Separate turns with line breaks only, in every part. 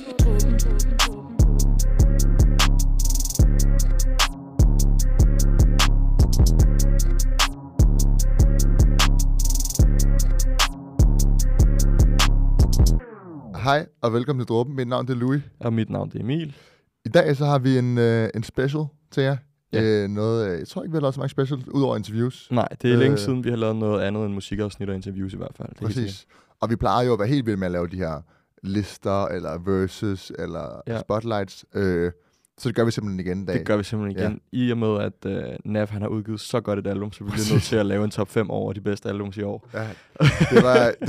Hej og velkommen til Dråben. Mit navn det er Louis.
Og mit navn det er Emil.
I dag så har vi en special til jer.
Ja.
Noget, jeg tror ikke, vi har lavet så mange special, udover interviews.
Nej, det er længe siden, vi har lavet noget andet end musikafsnit og interviews i hvert fald.
Præcis. Og vi plejer jo at være helt vilde med at lave de her lister, eller verses, eller spotlights. Så det gør vi simpelthen igen i dag.
Det gør vi simpelthen igen. I og med, at Nav han har udgivet så godt et album, så vi bliver nødt til at lave en top 5 over de bedste albums i år.
Ja, det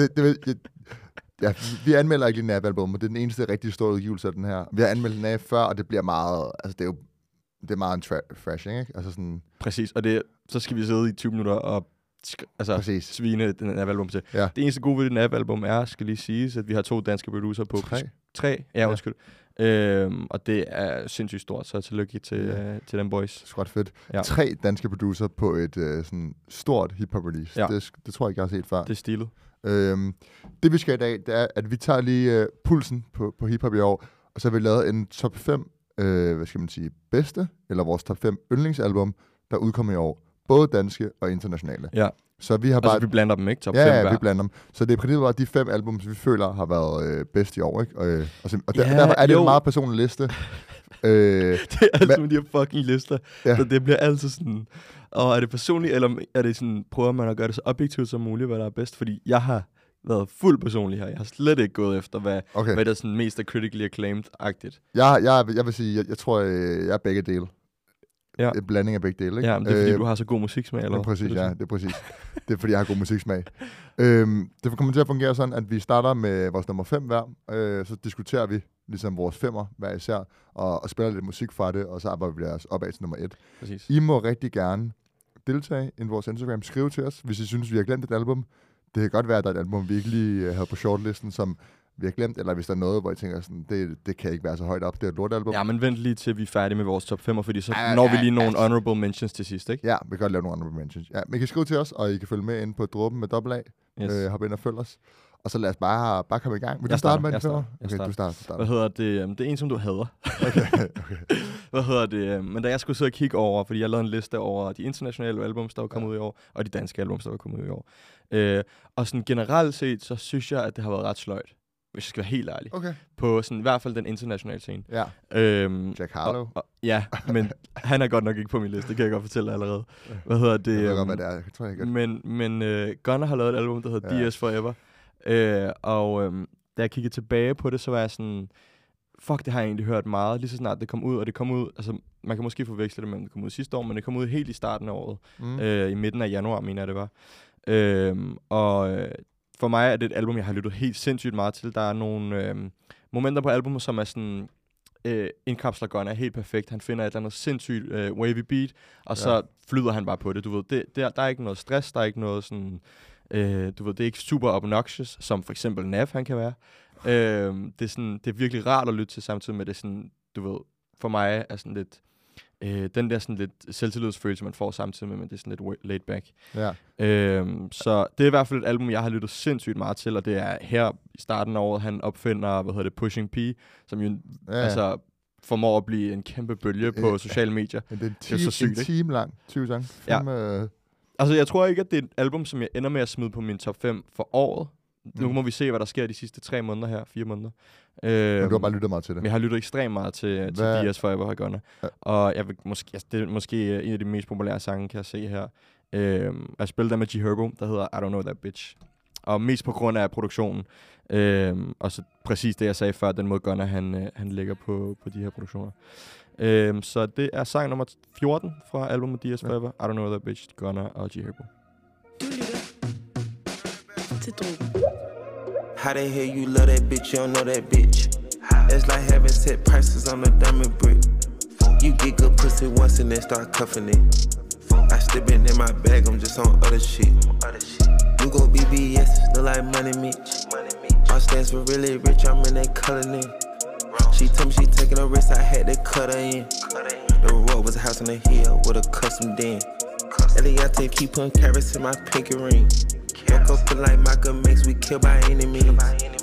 var... vi anmelder ikke lige Nav-album, og det er den eneste rigtig store udgivelse af den her. Vi har anmeldt Nav før, og det bliver meget... Altså, det er meget en thrashing, ikke? Altså sådan...
Præcis, og så skal vi sidde i 20 minutter og svine den Nav-album til. Ja. Det eneste gode ved det Nav-album er, skal lige siges, at vi har 2 danske producer på. 3? Ja, undskyld. Og det er sindssygt stort, så tillykke til dem boys.
Det er ret fedt. Ja. 3 danske producer på et sådan stort hip-hop release. Ja. Det tror jeg ikke, jeg har set før.
Det er stilet.
Det vi skal i dag, det er, at vi tager lige pulsen på hip-hop i år, og så har vi lavet en top 5, hvad skal man sige, bedste, eller vores top 5 yndlingsalbum, der udkommer i år. Både danske og internationale.
Ja.
Så vi har bare...
Altså, vi blander dem, ikke? Top 5
Ja, vi blander dem. Så det er præcis bare de 5 album, som vi føler har været bedst i år, ikke? Og derfor er det en meget personlig liste.
Det er altid med de her fucking lister. Ja. Så det bliver altid sådan... Og er det personligt, eller er det sådan, prøver man at gøre det så objektivt som muligt, hvad der er bedst? Fordi jeg har været fuldt personlig her. Jeg har slet ikke gået efter, hvad der er sådan mest er critically acclaimed-agtigt.
Jeg vil sige, jeg tror, jeg er begge dele.
Ja.
En blanding af begge dele, ikke?
Ja, men det er fordi, du har så god musiksmag, eller?
Det er præcis, ja. Det er præcis. Det er fordi, jeg har god musiksmag. Det kommer til at fungere sådan, at vi starter med vores nummer 5 hver. Så diskuterer vi ligesom vores 5'er hver især, og spiller lidt musik fra det, og så arbejder vi os opad til nummer 1.
Præcis.
I må rigtig gerne deltage i vores Instagram. Skriv til os, hvis I synes, vi har glemt et album. Det kan godt være, at der er et album, vi ikke lige havde på shortlisten, som vi har glemt, eller hvis der er noget, hvor jeg tænker sådan, det kan ikke være så højt op, det er et lortalbum.
Ja, men vent lige til vi er færdige med vores top 5'er, fordi så når vi lige nogle honorable mentions til sidst, ikke?
Ja, vi kan godt lave nogle honorable mentions. Ja, men I kan skrive til os, og I kan følge med ind på Dråben med AA. Yes. Hop ind og følg os. Og så lad os bare komme i gang. Vil du starte med den før? Okay, du starter.
Hvad hedder det? Det er en, som du hader.
Okay.
Hvad hedder det? Men da jeg skulle sidde og kigge over, fordi jeg lavede en liste over de internationale albums, der var kommet ud i år, og de danske albums, der var kommet ud i år. Og sådan generelt set, så synes jeg, at det har været ret sløjt, hvis jeg skal være helt ærlig. Okay. På sådan, i hvert fald den internationale scene.
Ja. Jack Harlow.
Ja, men han er godt nok ikke på min liste, det kan jeg godt fortælle allerede. Hvad hedder det?
Jeg ved godt, hvad det er. Jeg tror, jeg godt.
Men Gunna har lavet et album, der hedder DS Forever. Da jeg kiggede tilbage på det, så var jeg sådan, fuck, det har jeg egentlig hørt meget, lige så snart det kom ud, og det kom ud, altså man kan måske forveksle det med, det kom ud sidste år, men det kom ud helt i starten af året, i midten af januar, mener jeg det var. For mig er det et album, jeg har lyttet helt sindssygt meget til. Der er nogle momenter på albumet, som er sådan, indkapsler Gunna helt perfekt. Han finder et eller andet sindssygt wavy beat, og så flyder han bare på det. Du ved, der er ikke noget stress, der er ikke noget sådan... du ved, det er ikke super obnoxious, som for eksempel Nav han kan være. Det er virkelig rart at lytte til, samtidig med det sådan, du ved, for mig er sådan lidt den der sådan lidt selvtillidsfølelse, man får samtidig med, men det er sådan lidt laid back. Ja. Så det er i hvert fald et album, jeg har lyttet sindssygt meget til, og det er her i starten af året, han opfinder, Pushing P, som jo altså formår at blive en kæmpe bølge på sociale medier.
Det er så sygt, en time lang, 20 sange.
Altså, jeg tror ikke, at det er et album, som jeg ender med at smide på min top 5 for året. Nu må vi se, hvad der sker de sidste 3 måneder her, 4 måneder.
Men du har bare lyttet meget til det?
Jeg har lyttet ekstremt meget til DS Forever og Gunna. Ja. Og jeg vil det er måske en af de mest populære sange, kan jeg se her. Jeg spiller der med G Herbo, der hedder I Don't Know That Bitch. Og mest på grund af produktionen. Og så præcis det, jeg sagde før, den måde Gunna, han ligger på de her produktioner. Så det er sang nummer 14 fra albumet DS Forever. I Don't Know That Bitch, Gunna og G Herbo.
Du lytter til Dråben. How the hell you love that bitch, you don't know that bitch. It's like having set prices on a diamond brick. You get good pussy once and then start cuffing it. I step in my bag, I'm just on other shit. You go BBS, look like Money Mitch. All stands for really rich, I'm in that color name. She told me she taking a risk, I had to cut her in. The road was a house on the hill with a custom den. Eliante keep putting carrots in my pinky ring. Woke up like Michael Mix, we kill by any means.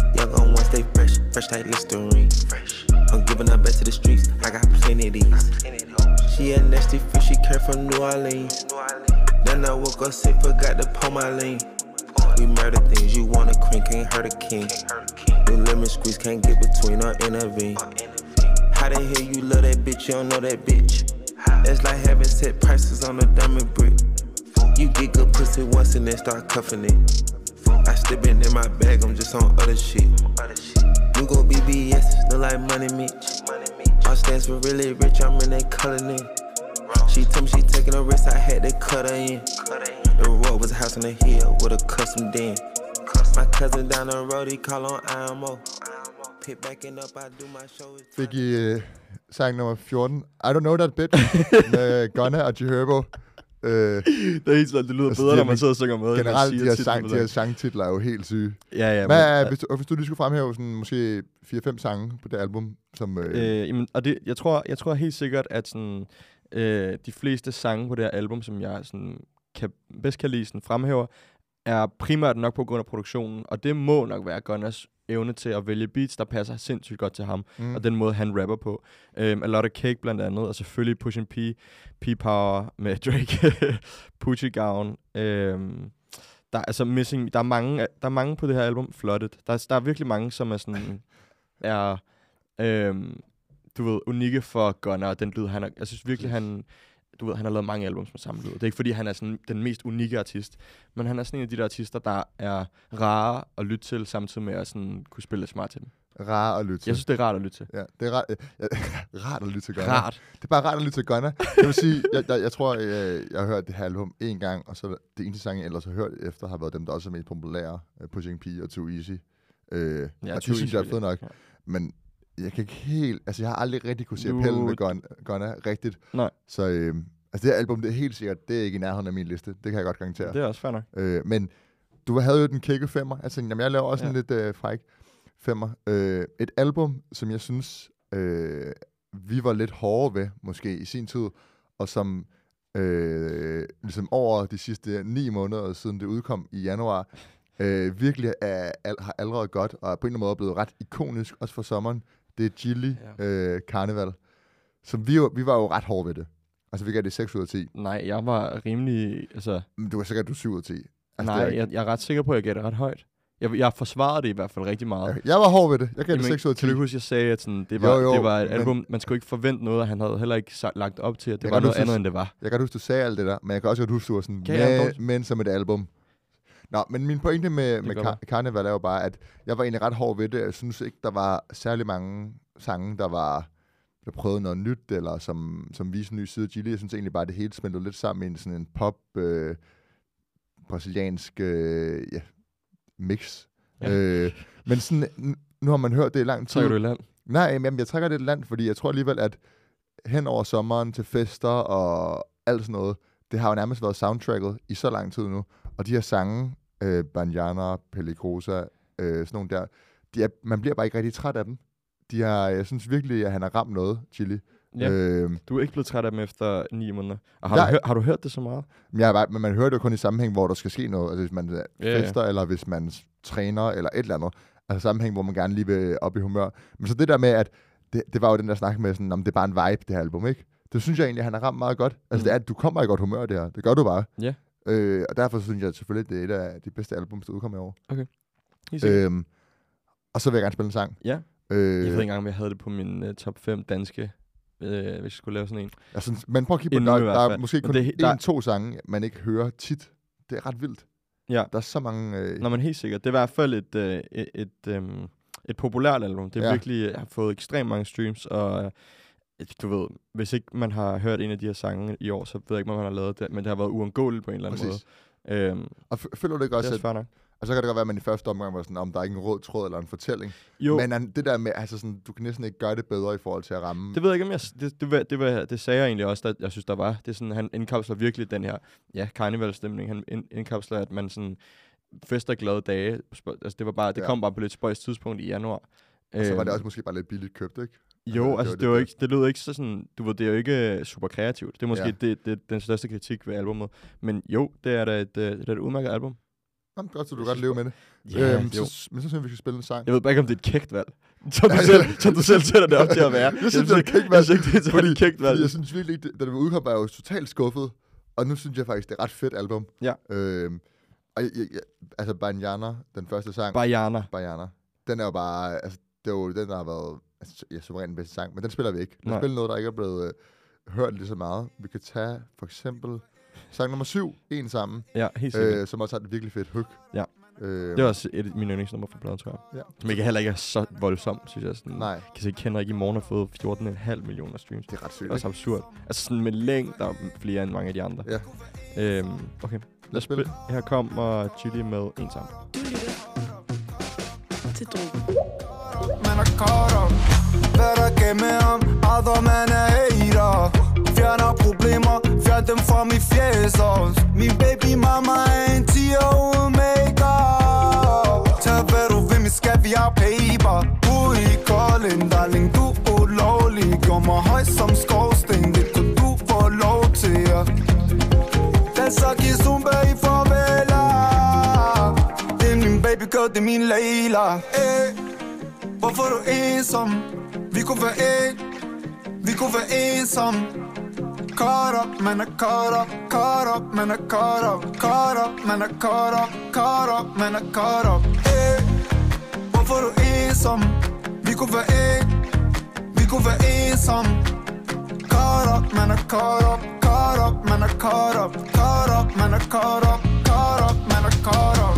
Young on one stay fresh like Listerine. I'm giving up back to the streets, I got plenty of these. She a nasty fish, she came from New Orleans. Then I woke up sick, forgot to pull my lean. We murder things, you want a queen, can't hurt a king. The lemon squeeze, can't get between or intervene. How the hell you love that bitch, you don't know that bitch. It's like having set prices on a diamond brick. You get good pussy once and then start cuffing it. I still been in my bag, I'm just on other shit. You go BBS, look like Money Mitch. All stands for really rich, I'm in that color in. She told me she taking a risk, I had to cut her in. The road was a house on the hill with a custom den. My cousin down the road, he call on IMO. Pit backing up, I do my show.
Fik I sang nummer 14, I Don't Know That Bitch, med Gunna og G-Herbo.
Det er helt sådan, det lyder
altså,
bedre, når man sidder og synger med.
Generelt, de her sangtitler er jo helt syge.
Ja,
men, hvis du lige skulle fremhæve sådan, måske 4-5 sange på det album, som...
Jamen, og det, jeg tror helt sikkert, at sådan, de fleste sange på det her album, som jeg sådan, bedst kan lide sådan, fremhæver, er primært nok på grund af produktionen, og det må nok være Gunnas evne til at vælge beats, der passer sindssygt godt til ham, og den måde, han rapper på. A Lot of Cake blandt andet, og selvfølgelig Pushin P, P-Power med Drake, Pucci Gown. Der er altså Missing, der er mange på det her album, Flooded. Der er virkelig mange, som er sådan, du ved, unikke for Gunna, og den lyd, jeg synes virkelig, han har lavet mange album med samme lyd. Det er ikke, fordi han er sådan den mest unikke artist, men han er sådan en af de der artister, der er rare at lytte til, samtidig med at sådan kunne spille lidt smart til dem.
Rare at lytte til.
Jeg synes, det er rart at lytte til.
Ja, det er rart at lytte til Gunna.
Rart.
Det er bare rart at lytte til Gunna. Jeg vil sige, jeg tror, jeg har hørt det her album en gang, og så det eneste sang, jeg ellers har hørt efter, har været dem, der også er mest populære. Pushing P og Too Easy. Og det synes jeg er fedt nok. Ja. Men jeg kan ikke helt... Altså, jeg har aldrig rigtig kunne se appellen med Gunna rigtigt.
Nej.
Så altså, det her album, det er helt sikkert, det er ikke i nærheden af min liste. Det kan jeg godt garantere.
Det er også fair nok.
Men du havde jo den kække femmer. Jeg tænkte, jamen, jeg laver også en lidt fræk femmer. Et album, som jeg synes, vi var lidt hårde ved, måske i sin tid, og som ligesom over de sidste 9 måneder siden det udkom i januar, virkelig har allerede godt, og på en eller anden måde blevet ret ikonisk, også for sommeren. Det er Gilly Carnival. Som vi var jo ret hårde ved det. Altså, vi gav det 6 ud af 10.
Nej, jeg var rimelig... Altså...
Men du var sikkert, du 7 ud af 10. Altså,
nej, jeg er ret sikker på, at jeg gav det ret højt. Jeg forsvarede det i hvert fald rigtig meget.
Jeg var hård ved det. Jeg gav det 6 ud af 10.
Kan du huske, jeg sagde, at sådan, det var et album, man skulle ikke forvente noget, og han havde heller ikke lagt op til, at det var noget andet, end det var.
Jeg kan huske, du sagde alt det der, men jeg kan også godt huske, du var sådan, men som et album. Nå, men min pointe med Carnival er jo bare, at jeg var egentlig ret hård ved det. Jeg synes ikke, der var særlig mange sange, der prøvede noget nyt, eller som viste en ny side af Gilly. Jeg synes egentlig bare, at det hele smeltede lidt sammen i sådan en pop, brasiliansk mix. Ja. Men sådan, nu har man hørt det i lang tid.
Trækker du i land?
Nej, men jeg trækker det i land, fordi jeg tror alligevel, at hen over sommeren til fester og alt sådan noget, det har jo nærmest været soundtracket i så lang tid nu. Og de her sange, Banjana, Peligrosa, sådan nogle der, man bliver bare ikke rigtig træt af dem. Jeg synes virkelig, at han har ramt noget, Gilly.
Ja. Du er ikke blevet træt af dem efter 9 måneder. Og har du hørt det så meget?
Men man hører det jo kun i sammenhæng, hvor der skal ske noget. Altså hvis man fester, eller hvis man træner, eller et eller andet. Altså sammenhæng, hvor man gerne lige vil op i humør. Men så det der med, at det var jo den der snak med, sådan, om det er bare en vibe, det her album, ikke? Det synes jeg egentlig, han har ramt meget godt. Altså det er, at du kommer i godt humør, det her. Det gør du bare.
Ja.
Og derfor synes jeg selvfølgelig, det er et af de bedste album, der udkommer i år.
Okay.
Og så vil jeg gerne spille en sang.
Ja. Jeg ved ikke engang, om jeg havde det på min top 5 danske, hvis jeg skulle lave sådan en.
Jeg synes, men prøv at kigge på, der er måske kun 1-2 sange, man ikke hører tit. Det er ret vildt.
Ja.
Der er så mange...
Nå, men helt sikkert. Det er i hvert fald et populært album. Det er virkelig har fået ekstremt mange streams, og du ved, hvis ikke man har hørt en af de her sange i år, så ved jeg ikke, om man har lavet det, men det har været uundgåeligt på en eller anden måde.
Og føler du ikke også,
at...
Og så kan det godt være, at man i første omgang var sådan, om der er ikke en rød tråd eller en fortælling.
Jo.
Men det der med, altså sådan, du kan næsten ikke gøre det bedre i forhold til at ramme...
Det ved jeg ikke, om det sagde jeg egentlig også, at jeg synes, der var. Det er sådan, han indkapsler virkelig den her, karnevalstemning. Han indkapsler, at man sådan fester glade dage. Altså det var bare, det kom bare på lidt spøjs tidspunkt i januar.
Og så var det også måske bare lidt billigt købt, ikke?
Jo, altså det lød ikke så sådan, du ved, det er jo ikke super kreativt. Det er måske det den største kritik ved albumet. Men jo, det er da et udmærket album.
Jamen, godt, så du godt leve med det.
Ja,
Men så synes jeg, vi skal spille en sang.
Jeg ved bare ikke, om det er et kægt valg. Som du selv sætter det op til at være.
Jeg synes, det er et kægt valg.
Fordi
jeg synes virkelig ikke, da det udkom, var jeg jo totalt skuffet. Og nu synes jeg faktisk, det er et ret fedt album.
Ja.
Og altså, Banyana, den første sang.
Banyana.
Den er jo bare... Altså, det er jo den, der har været suverænt den bedste sang. Men den spiller vi ikke. Vi spiller noget, der ikke er blevet hørt lige så meget. Vi kan tage for eksempel sang nummer 7, En sammen.
Ja, helt sikkert.
Som også har et virkelig fedt hook.
Ja. Det var også et af mine yndlingsnummer fra pladen, tror jeg. Ja. Som ikke heller ikke er så voldsomt, synes jeg. Sådan,
nej.
Kan se, Kendrick i morgen har fået 14,5 millioner streams.
Det er ret sygt.
Det er også absurd. Altså sådan med længder flere end mange af de andre.
Ja.
Okay. Lad os spille. Her kommer Chili med En sammen.
Til drogen. Man er kortere. Hvad der gemme om? Andre man er hater. Fjerner problemer. Fjern dem fra mit fjes også. Min baby mama er en 10'er uden make-up. Tag hvad du vil, min skat, vi har paper. Ude i Kolding, darling, du er ulovlig. Gør mig høj som skorsten. Det kan du få lov til. Lad så give Zumba i farveler. Det er min baby girl, det er min Leila. Hvorfor er du ensom? Vi kunne være vi kunne være ensomme. Caught up, man er caught up, caught up, man er caught up, caught up, man er caught up, caught up, man er caught up. Hvorfor er du ensom? Vi kunne være ensomme. Caught up, man er caught up, caught up, man er caught up, caught up, man er caught up, caught up, man er caught up.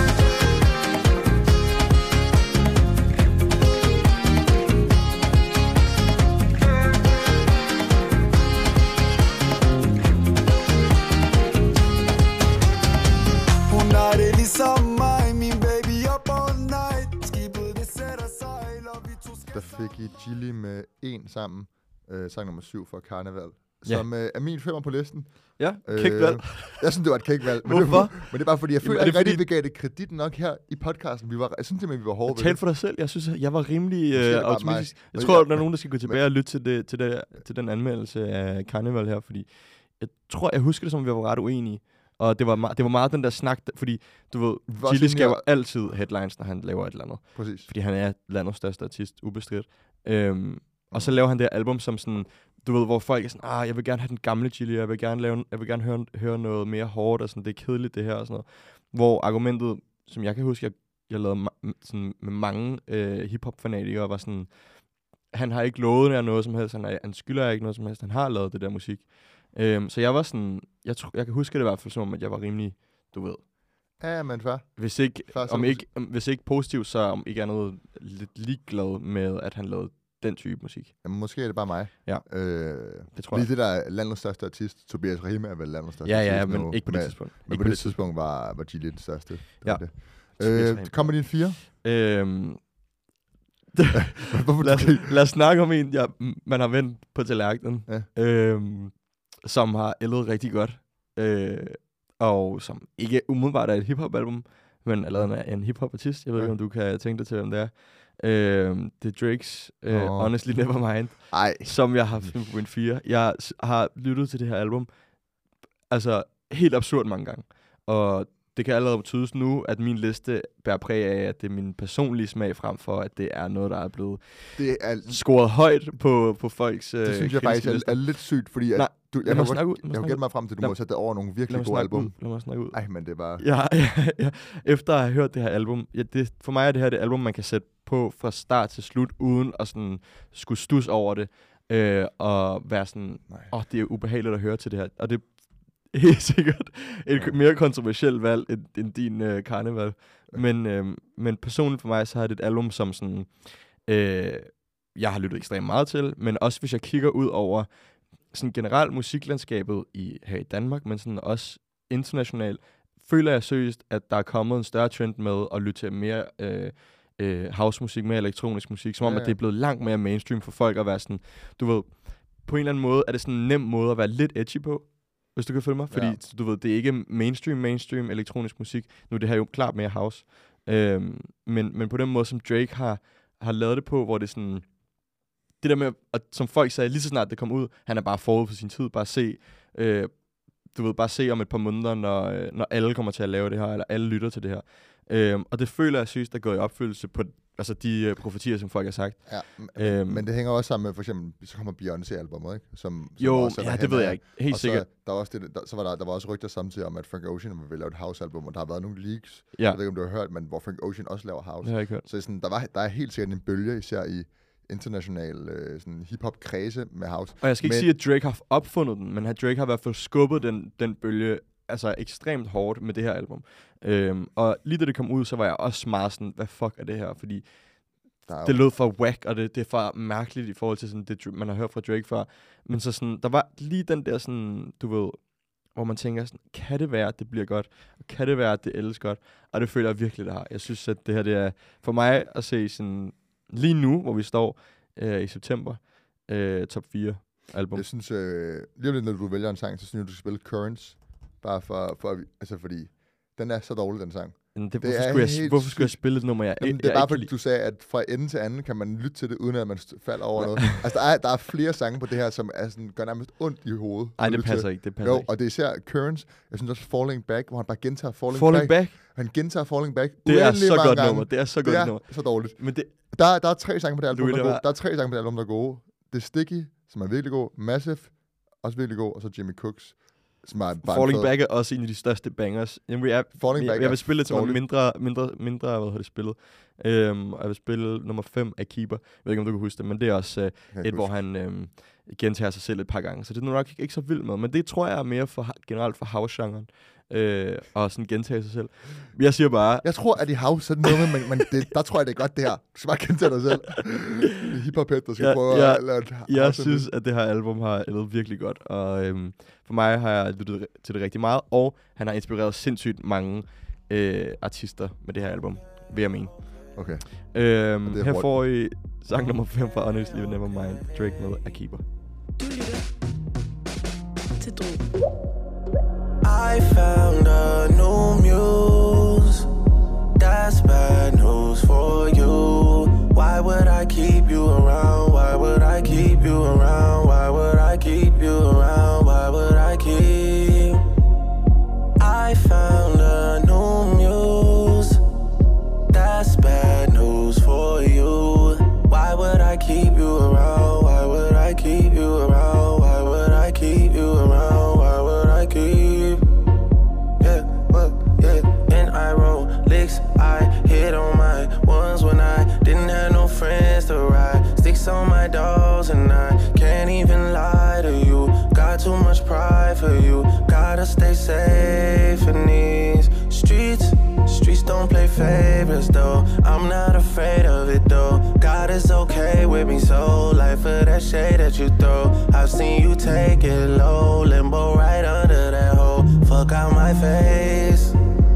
Der fik I Chili med En sammen, sang nummer 7 for Karneval, som er min 5'er på listen.
Ja, kægtvalg.
Jeg synes, det var et kægtvalg.
Hvorfor?
Men det er bare fordi, jeg føler ikke rigtig, vi gav det kredit nok her i podcasten. Jeg synes simpelthen, vi var hårde ved det.
Tal for dig selv. Jeg synes, jeg var rimelig optimistisk. Jeg tror, der er nogen, der skal gå tilbage og lytte til den anmeldelse af Karneval her, fordi jeg husker det som, vi var ret uenige. Og det var meget den der snak, fordi du ved, Chili skaber altid headlines, når han laver et eller andet.
Præcis.
Fordi han er landets største artist, ubestridt. Og så laver han det her album som sådan, du ved, hvor folk er sådan, jeg vil gerne have den gamle Chili, jeg vil gerne høre noget mere hårdt, og sådan, det er kedeligt det her, og sådan noget. Hvor argumentet, som jeg kan huske, jeg lavede sådan, med mange hiphop-fanatikere, var sådan, han har ikke lovet jer noget som helst, han skylder jer ikke noget som helst, han har lavet det der musik. Så jeg var sådan, jeg kan huske det i hvert fald som, at jeg var rimelig, du ved.
Ja, men far.
Hvis ikke positivt, så om ikke andet lidt ligeglad med, at han lavede den type musik.
Jamen, måske er det bare mig.
Ja, det tror jeg.
Lige det der landets største artist, Tobias Rahim er vel landets største artist.
Ja, men ikke på det tidspunkt.
Men på det tidspunkt var Chili den største.
Ja.
Kommer din 4?
Lad os snakke om en, man har vendt på tallerkenen. Ja. Som har ældet rigtig godt, og som ikke umiddelbart er et hiphop-album, men allerede er en hiphop-artist. Jeg ved ikke, om du kan tænke dig til, hvem det er. Det er Drakes Honestly Nevermind, som jeg har fundet på min 4. Jeg har lyttet til det her album, altså helt absurd mange gange. Og det kan allerede tydes nu, at min liste bærer præg af, at det er min personlige smag frem for, at det er noget, der er blevet scoret højt på folks
det synes jeg faktisk er lidt sygt, fordi at jeg kan gætte mig frem til, at du må sætte over nogle virkelig gode album.
Lad mig snakke ud.
Ej, men det er bare...
Ja. Efter at have hørt det her album, for mig er det her det album, man kan sætte på fra start til slut, uden at sådan skulle stusse over det, og være sådan, det er ubehageligt at høre til det her. Og det er helt sikkert et mere kontroversielt valg end din Karneval. Men personligt for mig, så er det et album, som sådan, jeg har lyttet ekstremt meget til, men også hvis jeg kigger ud over sådan generelt musiklandskabet her i Danmark, men sådan også internationalt, føler jeg seriøst, at der er kommet en større trend med at lytte til mere housemusik, mere elektronisk musik, som om at det er blevet langt mere mainstream for folk at være sådan, du ved, på en eller anden måde er det sådan en nem måde at være lidt edgy på, hvis du kan følge mig, fordi du ved, det er ikke mainstream elektronisk musik, nu er det her jo klart mere house, men på den måde, som Drake har lavet det på, hvor det er sådan, det der med, at, som folk sagde, lige så snart det kom ud, han er bare forud for sin tid, bare se du ved, bare se om et par måneder, når alle kommer til at lave det her, eller alle lytter til det her. Og det føler jeg synes, der er gået i opfyldelse på altså de profetier, som folk har sagt.
Ja, men det hænger også sammen med, for eksempel, så kommer Beyoncé-albumet, ikke? Som
jo,
også
ja, det ved jeg ikke. Helt sikkert.
Der var også der var også rygter samtidig om, at Frank Ocean ville lave et house-album, og der har været nogle leaks,
ja.
Jeg ved ikke, om du har hørt, men hvor Frank Ocean også laver house.
Det har jeg ikke hørt.
Så sådan, der er helt sikkert en bølge, især i international sådan hip-hop-kredse med house.
Og jeg skal ikke sige, at Drake har opfundet den, men Drake har i hvert fald skubbet den bølge altså ekstremt hårdt med det her album. Og lige da det kom ud, så var jeg også meget sådan, hvad fuck er det her? Fordi det lød for whack, og det er for mærkeligt i forhold til sådan det, man har hørt fra Drake før. Men så sådan, der var lige den der sådan, du ved, hvor man tænker sådan, kan det være, at det bliver godt? Og kan det være, at det ældes godt? Og det føler jeg virkelig, det har. Jeg synes, at det her, det er for mig at se sådan, lige nu, hvor vi står i september, top 4 album.
Jeg synes, lige om lidt, når du vælger en sang, så synes jeg, du skal spille Currents. Bare altså fordi, den er så dårlig, den sang.
Hvorfor skulle jeg spille et nummer, jeg
det er bare fordi, du sagde, at fra ende til anden kan man lytte til det, uden at man falder over noget. Altså, der er flere sange på det her, som er sådan, gør nærmest ondt i hovedet.
Nej, det passer ikke.
Og det er især Currents. Jeg synes også Falling Back, hvor han bare gentager
Falling Back.
Han gentager Falling Back.
Det er så godt nummer. Det er så godt nummer.
Så dårligt.
Men det...
Der er 3 sange på det album, der er gode. Der er 3 sange på det album, der er gode. Det er Sticky, som er virkelig god. Massive, også virkelig god. Og så Jimmy Cooks.
Falling Back er også en af de største bangers. Jeg vil spille det til mindre hvad hedder det spillet. Og jeg vil spille nummer 5 af Keeper. Jeg ved ikke, om du kan huske det, men det er også hvor han gentager sig selv et par gange. Så det er nok ikke så vildt med. Men det tror jeg er mere generelt for house-genren. Og sådan gentage sig selv. Jeg siger bare...
Jeg tror, at i house så er det noget, men der tror jeg, det er godt det her. Du skal bare gentage dig selv. Hip-hop-head, der skal prøve at lave et house.
Jeg synes, at det her album har lavet virkelig godt. Og for mig har jeg lyttet til det rigtig meget. Og han har inspireret sindssygt mange artister med det her album, vil jeg mene.
Okay.
Her får I sang nummer 5 fra Honestly Nevermind, Drake med A Keeper.
Du lytter til Drogen. I found a new muse. That's bad news for you. Why would I keep you around? Why would I keep you around? Why would I keep you around? Why would I keep? I found a new muse. That's bad news for you. Why would I keep you around? Why would I keep you around? Why would I keep you around? Why would I keep? I roll licks, I hit on my ones when I didn't have no friends to ride. Sticks on my dolls and I can't even lie to you. Got too much pride for you. Gotta stay safe in these streets. Streets don't play favorites though. I'm not afraid of it though. God is okay with me, so life for that shade that you throw. I've seen you take it low, limbo right under that hole. Fuck out my face.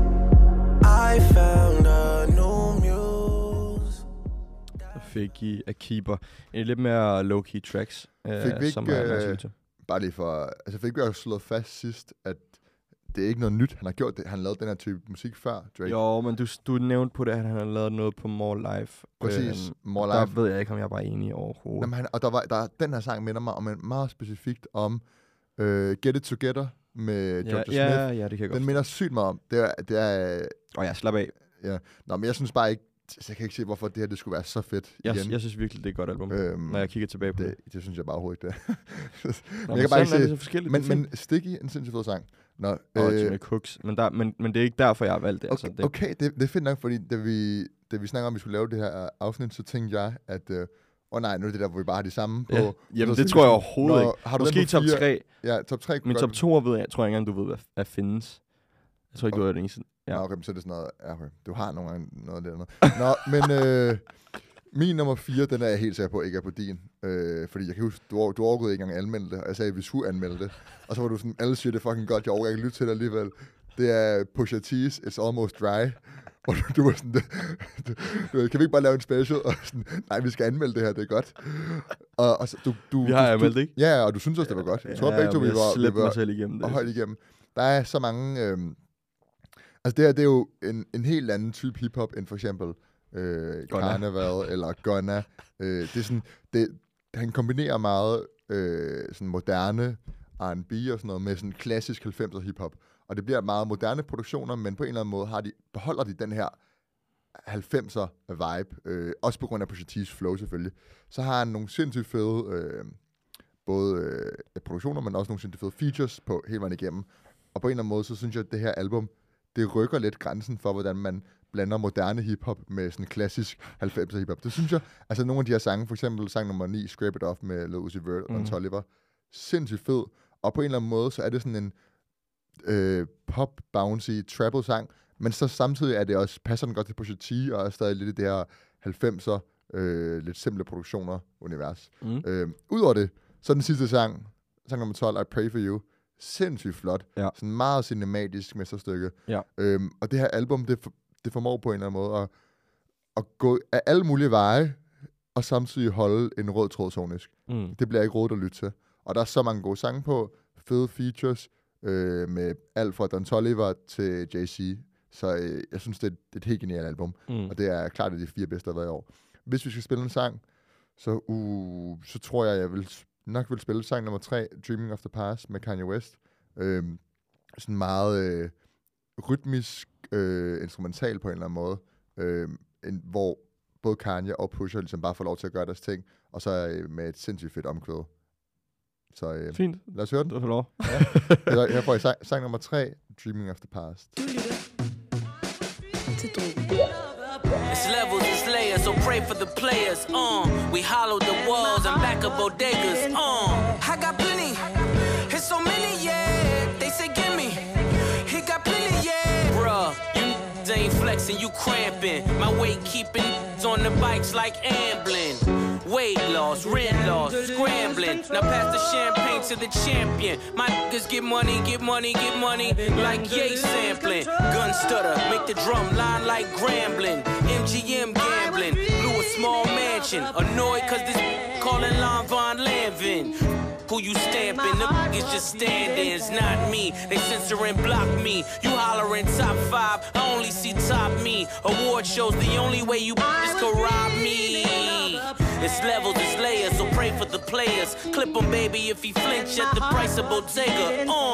I found a new muse.
Fik I A Keeper. En lidt mere low-key tracks, som er
bare lige for... Altså fik vi også slået fast sidst, at det er ikke noget nyt. Han har gjort det. Han har lavet den her type musik før, Drake.
Jo, men du nævnte på det, at han har lavet noget på More Life.
Præcis, More Life.
Der ved jeg ikke, om jeg er bare enig overhovedet.
Jamen, og der den her sang minder mig om en meget specifikt om Get It Together med Georgia Smith.
Ja, det kan jeg godt.
Den minder sygt meget om. Det er
jeg slap af.
Ja. Nå, men jeg synes bare ikke... Jeg kan ikke se, hvorfor det her det skulle være så fedt igen.
Jeg synes virkelig, det er et godt album, når jeg kigger tilbage på det.
Det synes jeg bare overhovedet ikke, det
men jeg kan bare ikke se... Det så forskelligt.
Men Sticky, en sindssygt fed sang.
Og Jimmy Cooks. Men det er ikke derfor, jeg har valgt det.
Okay, altså, okay det er fedt nok, fordi da vi snakker om, at vi skulle lave det her afsnit, så tænkte jeg, at... nej, nu er det der, hvor vi bare har de samme på...
Ja. Jamen, det tror jeg overhovedet ikke.
Har du
måske top 3.
Ja, top 3.
Men top 2 tror jeg ikke engang, du ved, hvad findes. Jeg tror ikke, du har det eneste.
Ja, okay, så er det sådan noget... Ja, okay. Du har nogle gange noget der. Nå, men min nummer 4, den er jeg helt sikker på, ikke er på din. Fordi jeg kan huske, du overgåede ikke engang at anmelde det, og jeg sagde, at vi skulle anmelde det. Og så var du sådan, alle siger, det er fucking godt, jeg overgår ikke lytte til det alligevel. Det er Pusha T's It's Almost Dry. Og du var sådan, kan vi ikke bare lave en special? Og sådan, nej, vi skal anmelde det her, det er godt. Og så, vi
har anmeldt, ikke?
Ja, og du synes også, det var godt. Jeg tror begge to, vi var
mig selv igennem det.
Og højt igennem. Der er så mange... altså det her, det er jo en helt anden type hiphop, end for eksempel Carnival eller Gunna. Det er sådan... Han kombinerer meget sådan moderne R&B og sådan noget, med sådan klassisk 90'er hiphop. Og det bliver meget moderne produktioner, men på en eller anden måde beholder de den her 90'er vibe, også på grund af Pusha T's flow selvfølgelig. Så har han nogle sindssygt fede, både produktioner, men også nogle sindssygt fede features på hele vejen igennem. Og på en eller anden måde, så synes jeg, at det her album, det rykker lidt grænsen for, hvordan man blander moderne hiphop med sådan klassisk 90'er hiphop. Det synes jeg, altså nogle af de her sange, for eksempel sang nummer 9, Scrape It Off med Lil Uzi Vert og Don Toliver, sindssygt fed. Og på en eller anden måde, så er det sådan en pop-bouncy treble-sang, men så samtidig er det også, passer den godt til Pusha T, og er stadig lidt i det her 90'er, lidt simple produktioner-univers. Udover det, så den sidste sang nummer 12, I Pray For You, sindssygt flot. Ja. Sådan meget cinematisk mesterstykke. Ja. Og det her album, det formår på en eller anden måde at gå af alle mulige veje, og samtidig holde en rød tråd sonisk. Det bliver ikke rådet at lytte til. Og der er så mange gode sange på, fede features, med alt fra Don Toliver til Jay-Z. Så jeg synes, det er et helt genialt album. Og det er klart, at de 4 bedste, der har været i år. Hvis vi skal spille en sang, så tror jeg vil spille sang nummer 3, Dreaming of the Past med Kanye West. Sådan meget rytmisk instrumental på en eller anden måde, hvor både Kanye og Pusha ligesom bare får lov til at gøre deres ting, og så med et sindssygt fedt omkvæd. Så
fint.
Lad os høre den.
Du får lov.
Ja. Her får I sang nummer 3, Dreaming of the Past.
It's levels, it's layers, so pray for the players. We hollow the walls and back up bodegas. I got plenty, it's so many, yeah. They say give me, he got plenty, yeah. Bruh, you ain't flexing, you cramping. My weight keeping on the bikes like ambling. Weight loss, rent loss, scrambling. Now pass the champagne to the champion. My niggas get money, get money, get money. Like yay sampling. Gun stutter, make the drum line like grambling. MGM gambling, blew a small mansion. Annoyed cause this calling Lon Von Lanvin. Who you stamping? The niggas just standing, it's not me. They censor and block me. You hollering top 5, I only see top me. Award shows the only way you is could rob me. It's levels, it's layers, so pray for the players. Clip him, baby, if he flinch at the price of Bottega.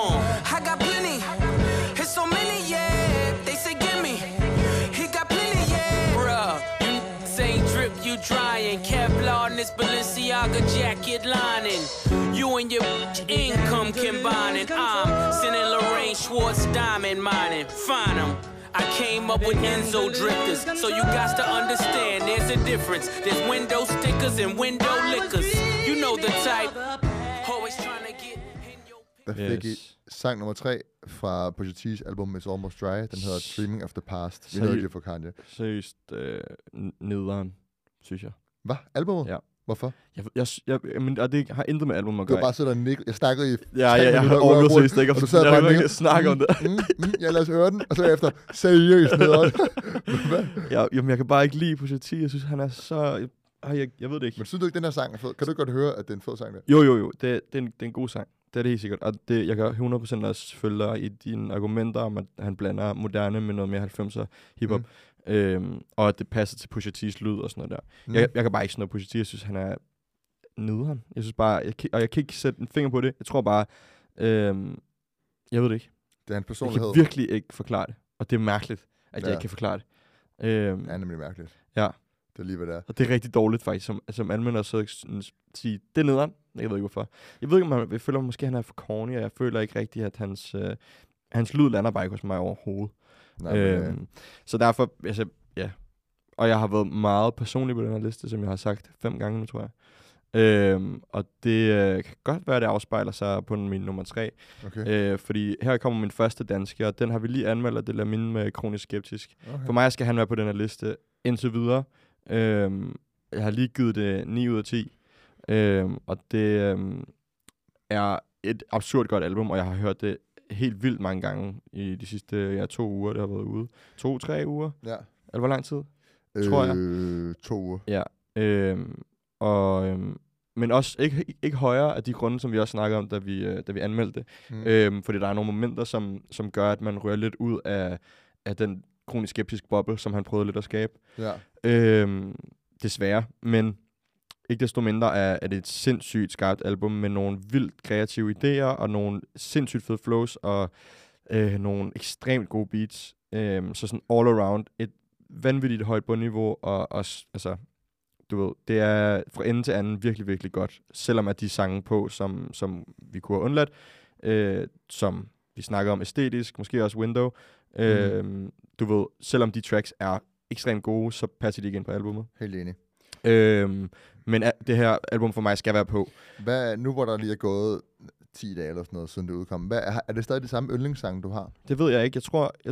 I got plenty, it's so many, yeah. They say give me, he got plenty, yeah. Bruh, you ain't drip, you drying. Kevlar in this Balenciaga jacket lining. You and your income combining. I'm sending Lorraine Schwartz diamond mining. Find 'em. I came up with Enzo drifters, so you got to understand there's a difference. There's window stickers and window lickers. You know the type. Always trying to get in your...
Der fik I sang nummer 3 fra Pusha T's album It's Almost Dry. Den hedder Dreaming of the Past. Vi hørte det for Kanye.
Seriøst nederen, synes jeg.
Hvad? Albumet?
Ja.
Hvorfor?
Og det har intet med albumet at gøre.
Du har bare siddet og nikket. Jeg snakkede i 3
minutter
har
overhovedet ikke.
og du sad bare og
snakke om det.
Ja, lad os høre den. Og så efter seriøst nederen.
Jamen, jeg kan bare ikke lide Pusha T. Jeg synes, han er så... Jeg ved det ikke.
Men synes du ikke, den her sang er fed? Kan du godt høre, at det er en fed sang? Der?
Jo. Det er en god sang. Det er det helt sikkert. Og jeg kan 100% også følge dig i dine argumenter om, at han blander moderne med noget mere 90'er hiphop. Og at det passer til Pusha T's lyd og sådan noget der. Jeg kan bare ikke sådan noget Pusha T. Jeg synes, han er nederen. Jeg synes bare... Jeg kan ikke sætte en finger på det. Jeg tror bare... jeg ved det ikke.
Det er hans personlighed.
Jeg kan virkelig ikke forklare det. Og det er mærkeligt, at jeg ikke kan forklare det.
Det er nemlig mærkeligt.
Ja.
Det er lige, hvad det er.
Og det er rigtig dårligt faktisk, som anmelder så sige, det er nederen. Jeg ved ikke hvorfor. Jeg ved ikke, om jeg føler måske, han er for corny, og jeg føler ikke rigtigt, at hans lyd lander bare ikke hos mig overhovedet. Nej, så derfor, altså, ja. Og jeg har været meget personlig på den her liste, som jeg har sagt 5 gange nu, tror jeg. Og det kan godt være, at det afspejler sig på min nummer 3. Okay. Fordi her kommer min første danske, og den har vi lige anmeldt, og det lader mine med kronisk skeptisk. Okay. For mig skal han være på den her liste indtil videre. Jeg har lige givet det 9 ud af 10. Og det er et absurd godt album, og jeg har hørt det helt vildt mange gange i de sidste 2 uger, det har været ude. 2-3 uger? Ja. Eller hvor lang tid? Tror jeg.
2 uger.
Ja. Men også ikke højere af de grunde, som vi også snakkede om, da vi anmeldte det. Fordi der er nogle momenter, som gør, at man rører lidt ud af den kronisk skeptisk boble, som han prøvede lidt at skabe. Ja. Desværre. Men ikke desto mindre er det et sindssygt skarpt album med nogle vildt kreative idéer og nogle sindssygt fede flows og nogle ekstremt gode beats. Så sådan all around et vanvittigt højt bundniveau og også, altså, du ved, det er fra ende til anden virkelig, virkelig godt. Selvom at de sange på, som vi kunne have undladt, som vi snakkede om æstetisk, måske også Window. Du ved, selvom de tracks er ekstremt gode, så passer de ikke ind på albumet.
Helt enig.
Men det her album for mig skal være på.
Hvad, nu hvor der lige er gået 10 dage eller sådan noget, siden det udkom, er det stadig de samme yndlingssange, du har?
Det ved jeg ikke.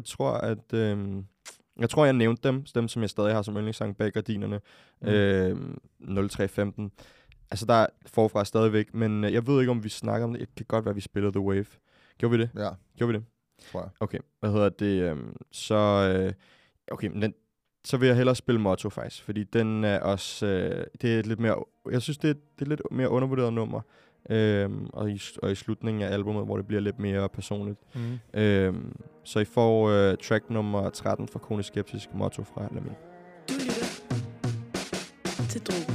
Jeg tror, jeg nævnte dem, som jeg stadig har som yndlingssang bag gardinerne. 0315. Altså, der er forfra stadigvæk, men jeg ved ikke, om vi snakker om det. Det kan godt være, at vi spiller The Wave. Gjorde vi det?
Ja.
Gjorde vi det?
Tror jeg.
Okay, hvad hedder det? Okay, men så vil jeg hellere spille Motto faktisk, fordi den er også, det er lidt mere, jeg synes, det er lidt mere undervurderet nummer, og i slutningen af albumet, hvor det bliver lidt mere personligt. Så I får track nummer 13 fra Kone Skeptisk, Motto fra Lamin.
Du lytter til Drogen.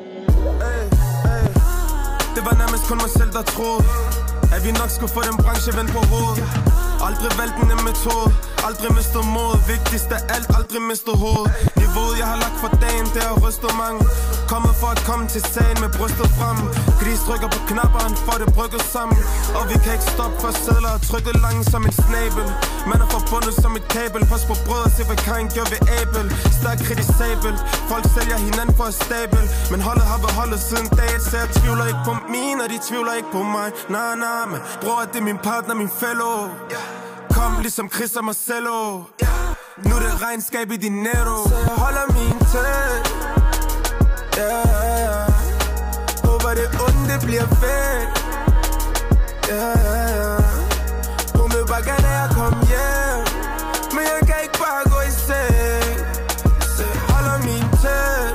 Det var nærmest kun mig selv, der troede, at vi nok skulle få den branche vendt på hovedet. Aldrig valgt en metode, aldrig mistet mod. Vigtigst af alt, aldrig mistet hoved. Niveauet jeg har lagt for dagen, det har rystet mange. Kommet for at komme til sagen med brystet frem. Gris trykker på knapperen, for det brygget sammen. Og vi kan ikke stoppe for sædler og trykke langt som en snabel. Man er forbundet som et kabel. Pas på brød og se hvad Kain gør ved Abel. Stærk kritisabel, folk sælger hinanden for at stabel. Men holdet har beholdet siden dag, så jeg tvivler ikke på mine, og de tvivler ikke på mig. Nej, men bror, det er min partner, min fellow. Kom ligesom Chris og Marcelo. Nu er det regnskab i din netto. Så jeg holder min tæt. Håber det onde, det bliver fedt. Hun vil bare gerne at komme hjem, men jeg kan ikke bare gå i seng. Så jeg holder min tæt.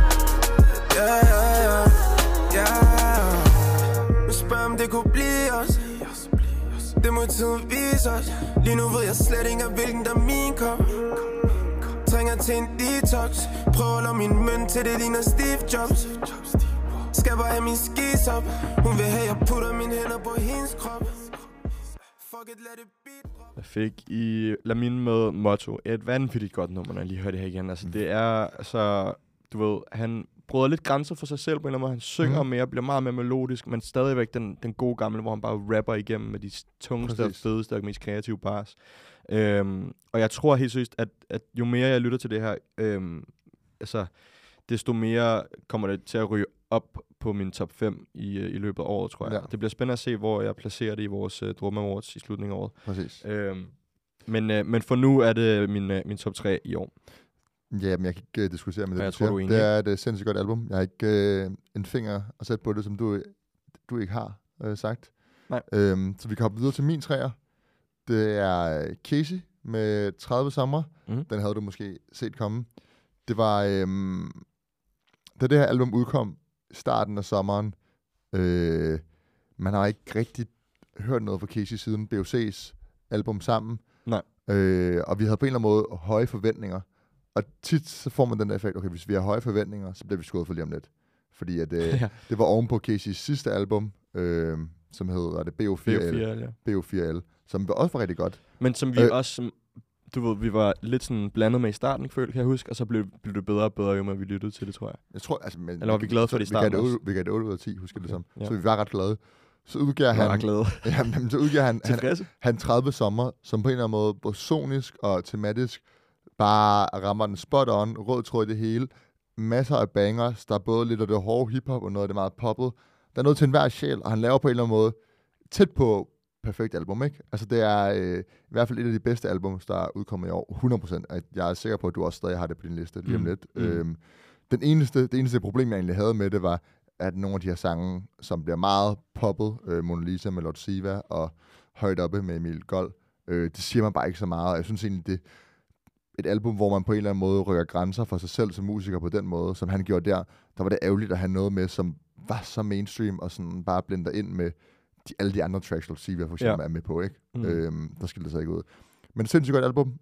Nu spørg om det kunne blive os. Det må tiden vise os. Lige nu ved jeg slet ikke, hvilken der er min kop. Trænger til en detox. Prøver at lade min mønt til det ligner Steve Jobs. Skal bare have min skis op. Hun vil have, jeg putter mine hænder på hendes krop. Fuck it, let it beat drop.
Jeg fik i Lamin med Motto. Et vanvittigt godt nummer, når jeg lige hører det her igen. Altså, det er, altså, du ved, han bryder lidt grænser for sig selv på en eller anden måde. Han synger mere, bliver meget mere melodisk, men stadigvæk den gode gamle, hvor han bare rapper igennem med de tungeste og fedeste og mest kreative bars. Og jeg tror helt seriøst, at jo mere jeg lytter til det her, altså, desto mere kommer det til at ryge op på min top 5 i løbet af året, tror jeg. Ja. Det bliver spændende at se, hvor jeg placerer det i vores Drum Awards i slutningen af året.
Præcis.
Men for nu er det min top 3 i år.
Ja, men jeg kan ikke diskutere med det.
Jeg tror, du er enig.
Det er et sindssygt godt album. Jeg har ikke en finger at sætte på det, som du ikke har sagt.
Nej.
Så vi kan hoppe videre til min træer. Det er Casey med 30 sommer. Den havde du måske set komme. Det var, da det her album udkom starten af sommeren, man har ikke rigtig hørt noget fra Casey siden BOC's album Sammen.
Nej.
Og vi havde på en eller anden måde høje forventninger. Og tit så får man den der effekt, okay, hvis vi har høje forventninger, så bliver vi skuffet for lige om lidt. Fordi at, det var oven på Casey's sidste album, som hedder det BO4L, som også var rigtig godt.
Men som vi også, du ved, vi var lidt sådan blandet med i starten, kan jeg huske, og så blev det bedre og bedre, jo mere vi lyttede til det, tror jeg.
Jeg tror, altså, men,
eller var vi glade for det i starten også?
Vi gav det 8 ud af 10, husker det som. Ja. Så vi var ret glade. Så udgiver han 30 sommer, som på en eller anden måde, både sonisk og tematisk, bare rammer den spot on, rød tråd i det hele. Masser af bangers, der er både lidt af det hårde hiphop og noget af det meget poppet. Der er noget til enhver sjæl, og han laver på en eller anden måde tæt på perfekt album, ikke? Altså det er i hvert fald et af de bedste albums, der er udkommet i år, 100%. Jeg er sikker på, at du også stadig har det på din liste lige om lidt. Det eneste problem, jeg egentlig havde med det, var, at nogle af de her sange, som bliver meget poppet, Mona Lisa med Lord Siva og Højt Oppe med Emil Gold, det siger man bare ikke så meget. Jeg synes egentlig, det et album, hvor man på en eller anden måde rykker grænser for sig selv som musiker på den måde, som han gjorde der var det ærgerligt at have noget med, som var så mainstream, og sådan bare blender ind med alle de andre tracks, Lord Siva for eksempel er med på, ikke? Der skilte sig ikke ud. Men et sindssygt godt album.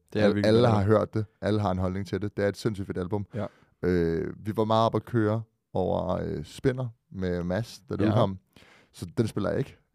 Alle har hørt det. Alle har en holdning til det. Det er et sindssygt fedt album.
Ja.
Vi var meget op at køre over Spinner med Mads, da det udkom. Så den spiller jeg ikke.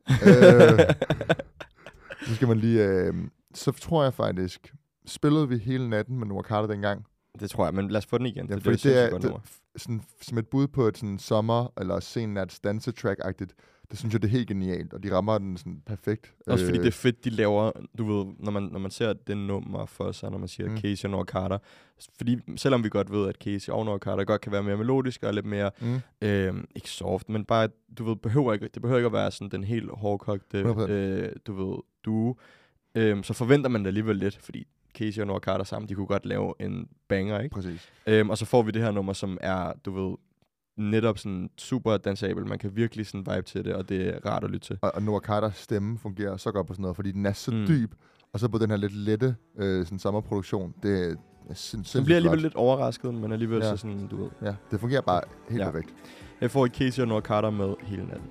Så skal man lige... så tror jeg faktisk... Spillede vi hele natten med Noah Carter dengang?
Det tror jeg, men lad os få den igen.
Ja, fordi det er sådan, som et bud på et sådan sommer- eller sen-nats dansetrack-agtigt. Det synes jeg, det er helt genialt, og de rammer den sådan perfekt.
Også fordi det er fedt, de laver, du ved, når man ser det nummer for sig, når man siger Casey og Noah Carter. Fordi selvom vi godt ved, at Casey og Noah Carter godt kan være mere melodisk og lidt mere, ikke soft, men bare, du ved, det behøver ikke at være sådan den helt hårdkogte, du ved, duo. Så forventer man det alligevel lidt, fordi Casey og Noah Carter sammen, de kunne godt lave en banger, ikke?
Præcis.
Og så får vi det her nummer, som er, du ved, netop sådan super dansabel. Man kan virkelig sådan vibe til det, og det er rart at lytte til.
Og Noah Carters stemme fungerer så godt på sådan noget, fordi den er så dyb, og så på den her lidt lette sådan sommerproduktion, det er sindssygt.
Den bliver alligevel lidt overrasket, men alligevel så sådan, du ved.
Ja, det fungerer bare helt perfekt.
Jeg får Casey og Noah Carter med hele natten.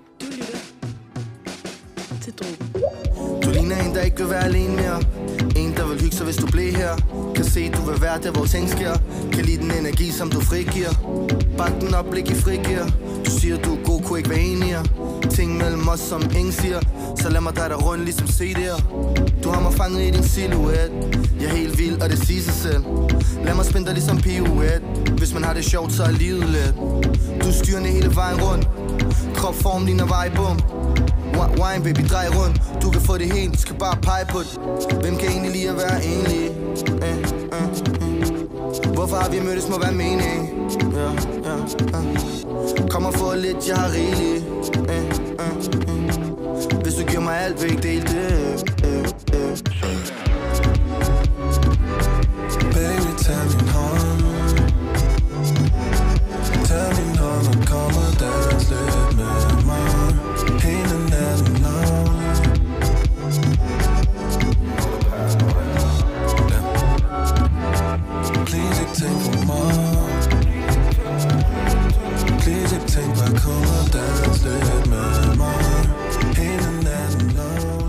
Til Drogen. Du ligner en, der ikke vil være alene mere. En, der vil hygge sig, hvis du bliver her. Kan se, du vil være der, hvor ting sker. Kan lide den energi, som du frigiver. Bak den op, blik i frigiver. Du siger, du er god, kunne ikke være enig. Ting mellem os, som ingen siger. Så lad mig dreje dig rundt, ligesom CD'er. Du har mig fanget i din silhuet. Jeg er helt vild, og det siger sig selv. Lad mig spænde dig ligesom pirouette. Hvis man har det sjovt, så er livet let. Du er styrende hele vejen rundt. Kropform ligner vejbom. Wine baby, drej rundt. Du kan få det helt, skal bare pege på det. Hvem kan egentlig lide at være enlig? Hvorfor har vi mødtes, må være mening? Kom og få lidt, jeg har rigeligt. Hvis du giver mig alt, vil ikke dele det. Baby, tag min hånd. Tag min hånd og kom og dans lidt med mig. Hele natten lang. Please ikke tænk på mig. Please ikke tænk bare kom og dans lidt med mig. Hele natten lang.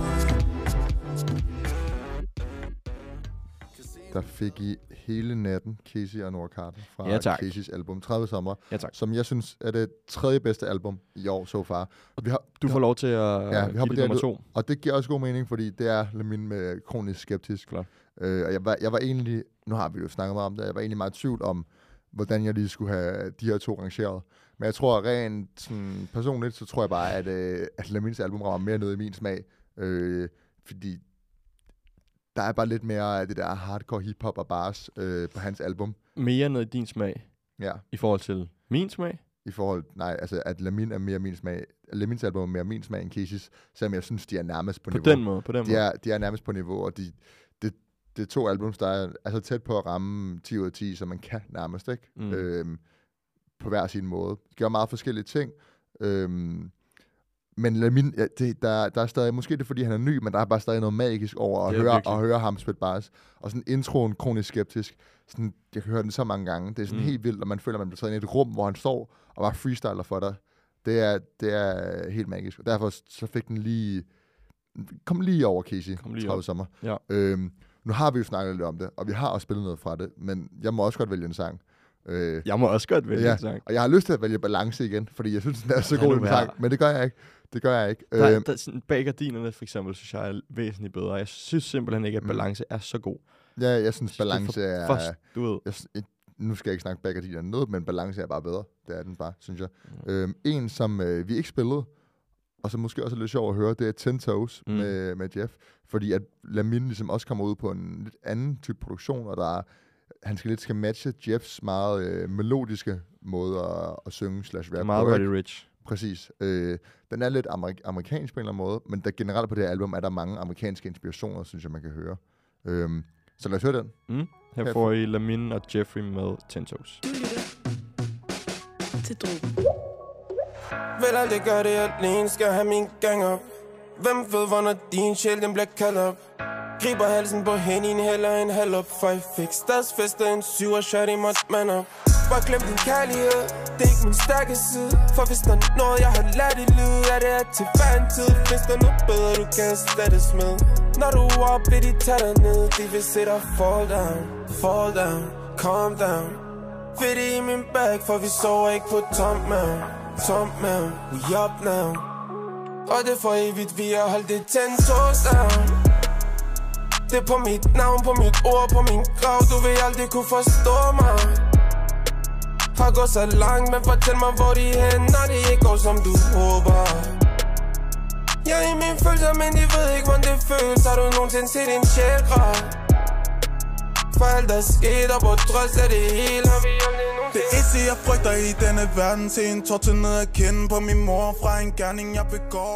Der fik I hele natten Casey og Noah Carter fra Caseys album 30 Sommer, som jeg synes er det tredje bedste album i år så far.
Du får lov til at give nummer 2.
Og det giver også god mening, fordi det er Lamin med kronisk skeptisk. Og jeg var egentlig, nu har vi jo snakket meget om det, jeg var egentlig meget i tvivl om, hvordan jeg lige skulle have de her to rangeret. Men jeg tror rent sådan, personligt, så tror jeg bare, at Lamins album rammer mere ned i min smag. Fordi der er bare lidt mere af det der hardcore hiphop og bars på hans album.
Mere ned i din smag?
Ja.
I forhold til min smag?
Altså at Lamin er mere min smag. Lamins album er mere min smag end Casey's, selvom jeg synes, de er nærmest på niveau.
På den måde.
De er nærmest på niveau, og det er to albums, der er så tæt på at ramme 10 ud af 10, som man kan nærmest, ikke? På hver sin måde. De gør meget forskellige ting. Men Lamin, der er stadig, måske det er, fordi han er ny, men der er bare stadig noget magisk over at høre ham spille bars. Og sådan introen, kronisk skeptisk, sådan, jeg kan høre den så mange gange. Det er sådan helt vildt, og man føler, at man bliver taget ind i et rum, hvor han står og bare freestyler for dig. Det er helt magisk. Og derfor så fik den kom lige over Casey, 30 Sommer.
Ja.
Nu har vi jo snakket lidt om det, og vi har også spillet noget fra det, men jeg må også godt vælge en sang.
Jeg må også godt vælge en sang.
Og jeg har lyst til at vælge Balance igen, fordi jeg synes, den er så god en sang, men det gør jeg ikke.
Der sådan, bag gardinerne for eksempel, synes jeg er væsentligt bedre. Jeg synes simpelthen ikke, at Balance er så god.
Ja, jeg synes Balance er...
Du ved.
Nu skal jeg ikke snakke bag gardinerne noget, men Balance er bare bedre. Det er den bare, synes jeg. En, som vi ikke spillede, og som måske også er lidt sjov at høre, det er 10 Toes med Jeff. Fordi at Lamin ligesom også kommer ud på en lidt anden type produktion, og han skal matche Jeffs meget melodiske måde at synge /rap.
Meget Roddy Ricch.
Præcis. Den er lidt amerikansk på en eller anden måde, men der generelt på det her album er der mange amerikanske inspirationer, synes jeg, man kan høre. Så lad os høre den.
Her får I Lamin og Jeffrey med 10 Toes.
Til Drogen. Vel aldrig gør det alene, skal have min gang op. Hvem ved, hvornår din sjæl den bliver kaldt op? Griber halsen på hende, en heller en halv op. For jeg fik stadsfester, en 7'er shot i måtte man op. Bare glem din kærlighed, det er ikke min stærke side. For hvis der er noget, jeg har lært i livet, er det at til hver en tid. Hvis der er noget bedre, du kan erstattes med. Når du er op, vil de tage dig ned. De vil se dig fall down, calm down. fedt i min bag, for vi sover ikke på tomt mave. Tomt mave, we up now. Og det for evigt, vi har holdt det tændt torsdag. Det er på mit navn, på mit ord, på min grav. Du vil aldrig kunne forstå mig. Har gået så langt, men fortæl mig hvor de hen, når det ikke går som du håber. Jeg er i mine følelser, men de ved ikke hvordan det føles. Har du nogensinde set en sjæl græd? For alt der skete, og på trods af det hele har vi aldrig nogensinde.
Det eneste jeg frygter i denne verden, til en tortur ned at kende på min mor fra en gerning jeg begår.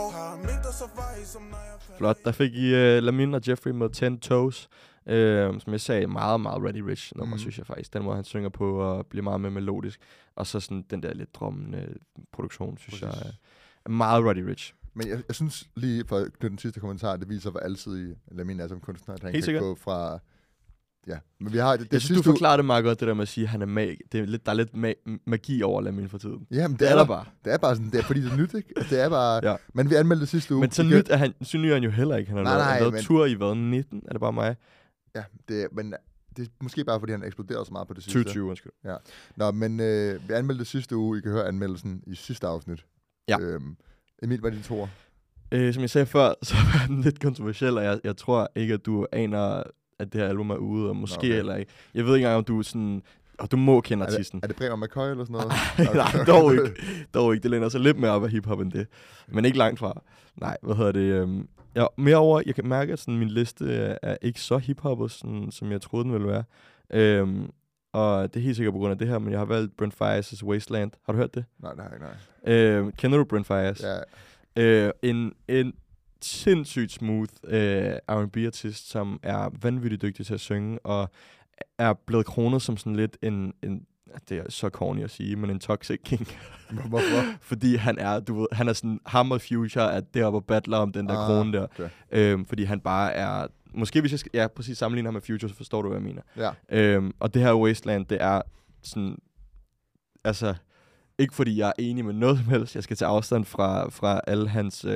Flot, der fik I Lamin og Jeffrey med 10 Toes. Som jeg sagde, meget, meget Roddy Ricch nummer, synes jeg faktisk. Den måde, han synger på og bliver meget mere melodisk. Og så sådan den der lidt drømmende produktion, synes jeg er meget Roddy Ricch.
Men jeg synes lige, for den sidste kommentar, det viser, hvor alsidig Lamin er som kunstner. At han
helt
kan gå fra... Ja, men vi har...
Jeg synes, du forklarer det meget godt, det der med at sige, at han er der er lidt magi over Lamin for tiden.
Jamen,
det er der bare.
Det er bare sådan, det er fordi det er nyt, ikke? Altså, det er bare... Ja. Men vi anmeldte det sidste uge.
Men så nyt er han, synes han jo heller ikke. Han har lavet tur i hvad, 19? Er det bare mig?
Ja, men det er måske bare, fordi han eksploderede så meget på det sidste.
2020, undskyld.
Ja. Nå, men vi anmeldte det sidste uge. I kan høre anmeldelsen i sidste afsnit.
Ja.
Emil, hvad er dine toer?
Som jeg sagde før, så var den lidt kontroversiel, og jeg tror ikke, at du aner, at det her album er ude, og måske heller ikke. Jeg ved ikke engang, om du er sådan... Og du må kende artisten.
Er det Bremer McCoy eller sådan noget?
Nej, dog ikke. Det læner sig lidt mere op af hiphop end det. Men ikke langt fra. Nej, hvad hedder det? Mere over, jeg kan mærke, at sådan, min liste er ikke så hiphoppet, som jeg troede, den ville være. Og det er helt sikkert på grund af det her, men jeg har valgt Brent Faiyaz' Wasteland. Har du hørt det?
Nej, det har jeg ikke.
Kender du Brent Faiyaz?
Ja.
En sindssygt smooth R&B-artist, som er vanvittigt dygtig til at synge, og er blevet kronet som sådan lidt en det er så corny at sige, men en toxic king.
Hvorfor?
Fordi han er sådan ham og Future er deroppe og battler om den der krone der. Okay. Fordi han bare er, måske hvis jeg skal, præcis sammenligner ham med Future, så forstår du, hvad jeg mener.
Ja.
Og det her Wasteland, det er sådan, altså, ikke fordi jeg er enig med noget som helst, jeg skal tage afstand fra alle hans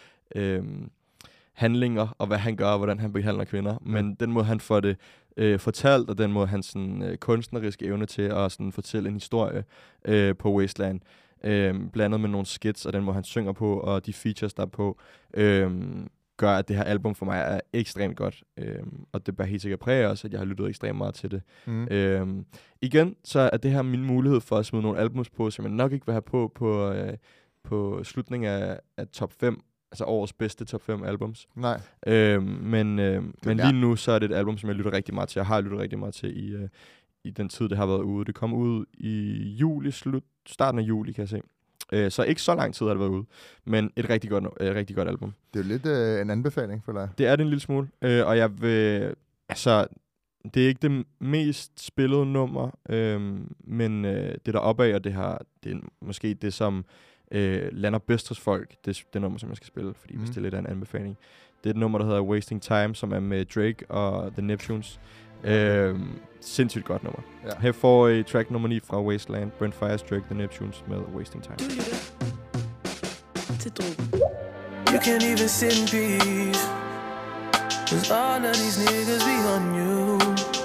handlinger, og hvad han gør, og hvordan han behandler kvinder. Men den måde, han får det fortalt, og den måde, hans sådan, kunstneriske evne til at sådan, fortælle en historie på Wasteland, blandet med nogle skits, og den måde, han synger på, og de features, der er på, gør, at det her album for mig er ekstremt godt. Og det bærer helt sikkert præge også, at jeg har lyttet ekstremt meget til det. Igen, så er det her min mulighed for at smide nogle albums på, som jeg nok ikke vil have på slutningen af top 5, altså årets bedste top 5 albums.
Nej.
Men lige nu, så er det et album, som jeg lytter rigtig meget til. Jeg har lyttet rigtig meget til i den tid, det har været ude. Det kom ud i juli, starten af juli, kan jeg se. Så ikke så lang tid har det været ude, men et rigtig godt album.
Det er jo lidt en anbefaling for dig.
Det er det en lille smule, og jeg vil... Altså, det er ikke det mest spillede nummer, men det der opad, og det er måske det, som lander bedst hos folk, det nummer, som jeg skal spille, fordi hvis det er lidt af en anbefaling. Det er et nummer, der hedder Wasting Time, som er med Drake og The Neptunes. Sindssygt godt nummer. Ja. Her får I track nummer 9 fra Wasteland, Brent Faiyaz, Drake, The Neptunes med Wasting Time.
You can't even sit in peace, 'cause all of these niggas be on you.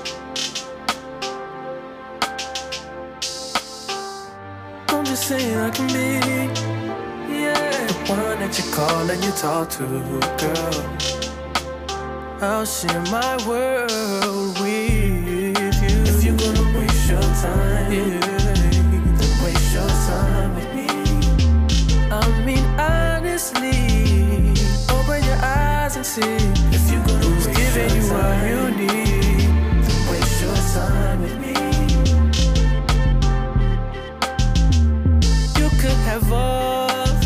I'm just saying I can be, the one that you call and you talk to, girl. I'll share my world with you. If you're gonna waste your time, then waste your time with me. I mean honestly, open your eyes and see. If you're gonna waste giving you what you need, then waste your time with me. You could have all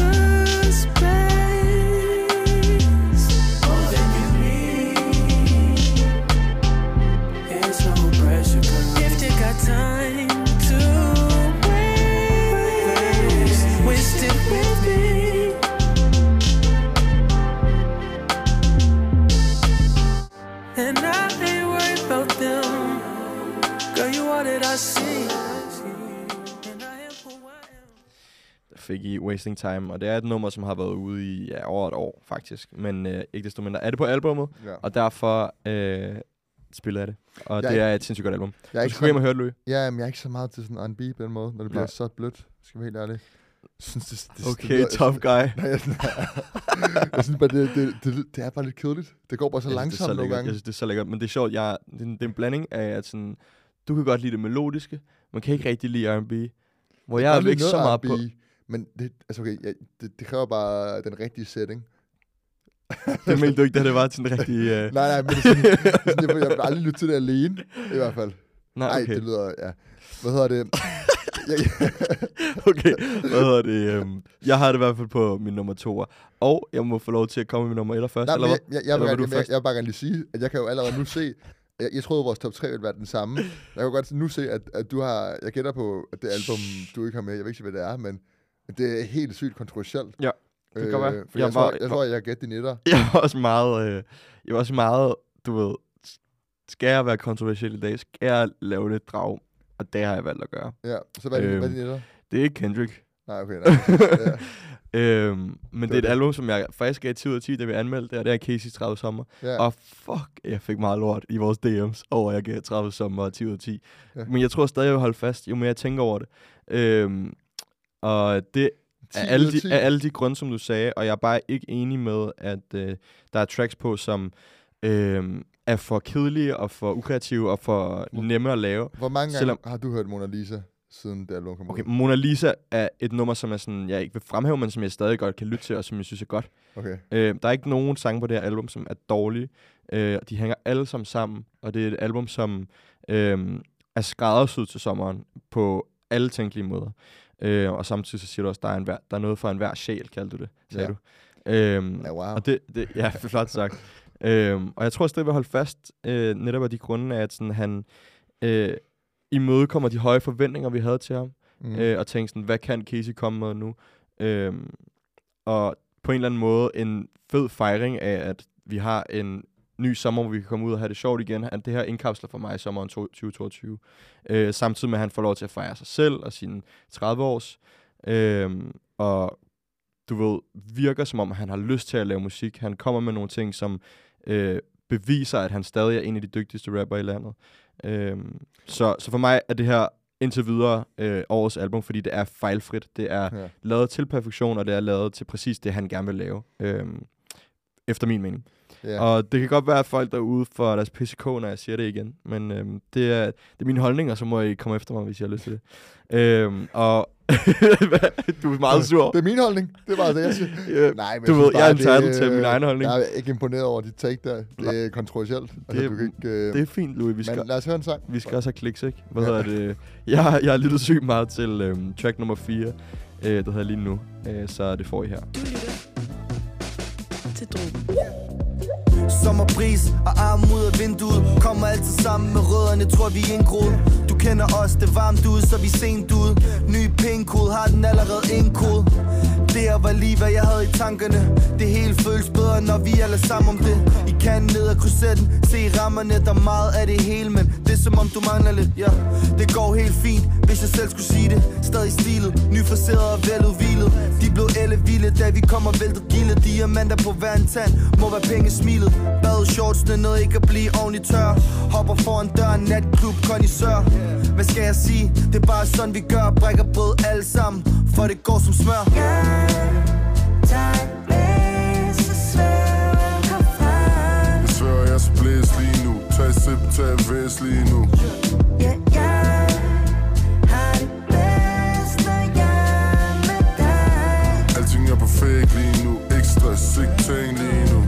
fik I Wasting Time, og det er et nummer, som har været ude i over et år, faktisk. Men ikke desto mindre er det på albummet, og derfor spillet af det. Og det er et sindssygt godt album.
Du
skal hjem og høre det, Louis.
Ja, men jeg er ikke så meget til sådan R&B på den måde, når det bliver så blødt. Skal vi helt ærligt. Synes,
Okay, tough guy.
Jeg synes bare, det er bare lidt kedeligt. Det går bare så langsomt nogle gange.
Jeg synes, det er så lækkert. Men det er sjovt, det er en blanding af, at sådan, du kan godt lide det melodiske, man kan ikke rigtig lide R&B. Hvor jeg er ikke så meget på...
Men det, altså okay, det kræver bare den rigtige setting.
Det mente du ikke, da det var til den rigtige...
Nej, men det er sådan, jeg vil aldrig lytte til det alene, i hvert fald.
Nej, okay.
Det lyder... Ja. Hvad hedder det?
Okay, hvad hedder det? Jeg har det i hvert fald på min nummer 2'er. Og jeg må få lov til at komme med min nummer 1'er først,
nej,
eller hvad?
Jeg vil bare gerne lige sige, at jeg kan jo allerede nu se... Jeg troede, at vores top 3 ville være den samme. Jeg kan godt nu se, at du har... Jeg gætter på, at det album, du ikke har med. Jeg ved ikke, hvad det er, men det er helt sygt kontroversielt.
Ja, det kan godt være.
Jeg tror, jeg har gættet din etter.
Jeg var også meget, du ved... Skal jeg være kontroversiel i dag? Skal jeg lave lidt drag? Og det har jeg valgt at gøre.
Ja, så hvad er din etter?
Det er ikke Kendrick.
Nej, okay. Ja.
Men det er et album, som jeg faktisk gav 10 ud af 10, da vi anmeldte det, og det er Casey 30 Sommer. Yeah. Og fuck, jeg fik meget lort i vores DM's over, at jeg gav 30 Sommer og 10 ud af 10. Yeah. Men jeg tror stadig, jeg vil holde fast, jo mere jeg tænker over det. Og det er alle de grunde, som du sagde, og jeg er bare ikke enig med, at der er tracks på, som er for kedelige og for ukreative og for nemme at lave.
Hvor mange gange har du hørt Mona Lisa, siden det album kom ud?
Okay, Mona Lisa er et nummer, som er sådan, jeg ikke vil fremhæve, men som jeg stadig godt kan lytte til, og som jeg synes er godt.
Okay.
Der er ikke nogen sange på det her album, som er dårlige. De hænger alle sammen, og det er et album, som er skræddersyet til sommeren på alle tænkelige måder. Og samtidig så siger du også, der er noget for enhver sjæl, kaldte du det, sagde du.
Wow.
Og det ja, flot sagt. Og jeg tror stadig, jeg vil holde fast netop af de grunde af, at sådan, han imødekommer de høje forventninger, vi havde til ham, og tænkte sådan, hvad kan Casey komme med nu? Og på en eller anden måde en fed fejring af, at vi har en ny sommer, hvor vi kan komme ud og have det sjovt igen. Det her indkapsler for mig i sommeren 2022. Samtidig med, at han får lov til at fejre sig selv og sine 30 års. Og du ved, virker som om, han har lyst til at lave musik. Han kommer med nogle ting, som beviser, at han stadig er en af de dygtigste rapper i landet. Så for mig er det her indtil videre årets album, fordi det er fejlfrit. Det er lavet til perfektion, og det er lavet til præcis det, han gerne vil lave. Efter min mening. Yeah. Og det kan godt være, at folk derude for deres PCK, når jeg siger det igen. Men det er min holdning, og så må I komme efter mig, hvis I har lyst til det. Og du er meget sur.
Det er min holdning. Det er bare det, jeg siger. Nej, men
du ved, jeg er entitled til min egen holdning.
Jeg er ikke imponeret over dit take der. Det er kontroversielt. Altså, du kan ikke,
det er fint, Louis.
Men lad os høre en sang.
Vi skal også have kliks, ikke? Hvad hedder det? Jeg har lyttet sygt meget til track nummer 4, der hedder Lige Nu. Så det får I her.
Du lytter til Drogen. Sommerbris og armen ud af vinduet. Kommer altid sammen med rødderne, tror vi er indgroet. Du kender os, det varmt ud, så vi sent ud. Ny pindkode, har den allerede indkode. Det her var lige, hvad jeg havde i tankerne. Det hele føles bedre, når vi er alle sammen om det. I kan ned ad korsetten, se rammerne, der er meget af det hele. Men det er som om du mangler lidt, ja. Det går helt fint, hvis jeg selv skulle sige det. Stadig stilet, nyfriseret og veludvilet. De blev ellevilde, da vi kommer væltet gilde. Diamanter på hver en tand, må være penge smilet. Bad shortsene, noget ikke at blive ordentligt tør. Hopper foran døren, natklub, kondisør. Hvad skal jeg sige? Det er bare sådan vi gør. Brækker brød alle sammen, for det går som smør.
Jeg svær, jeg så blæs lige nu. Tag et sip, tag et væs lige nu. Alting er perfekt lige nu. Ikke stress, ikke tænk lige nu.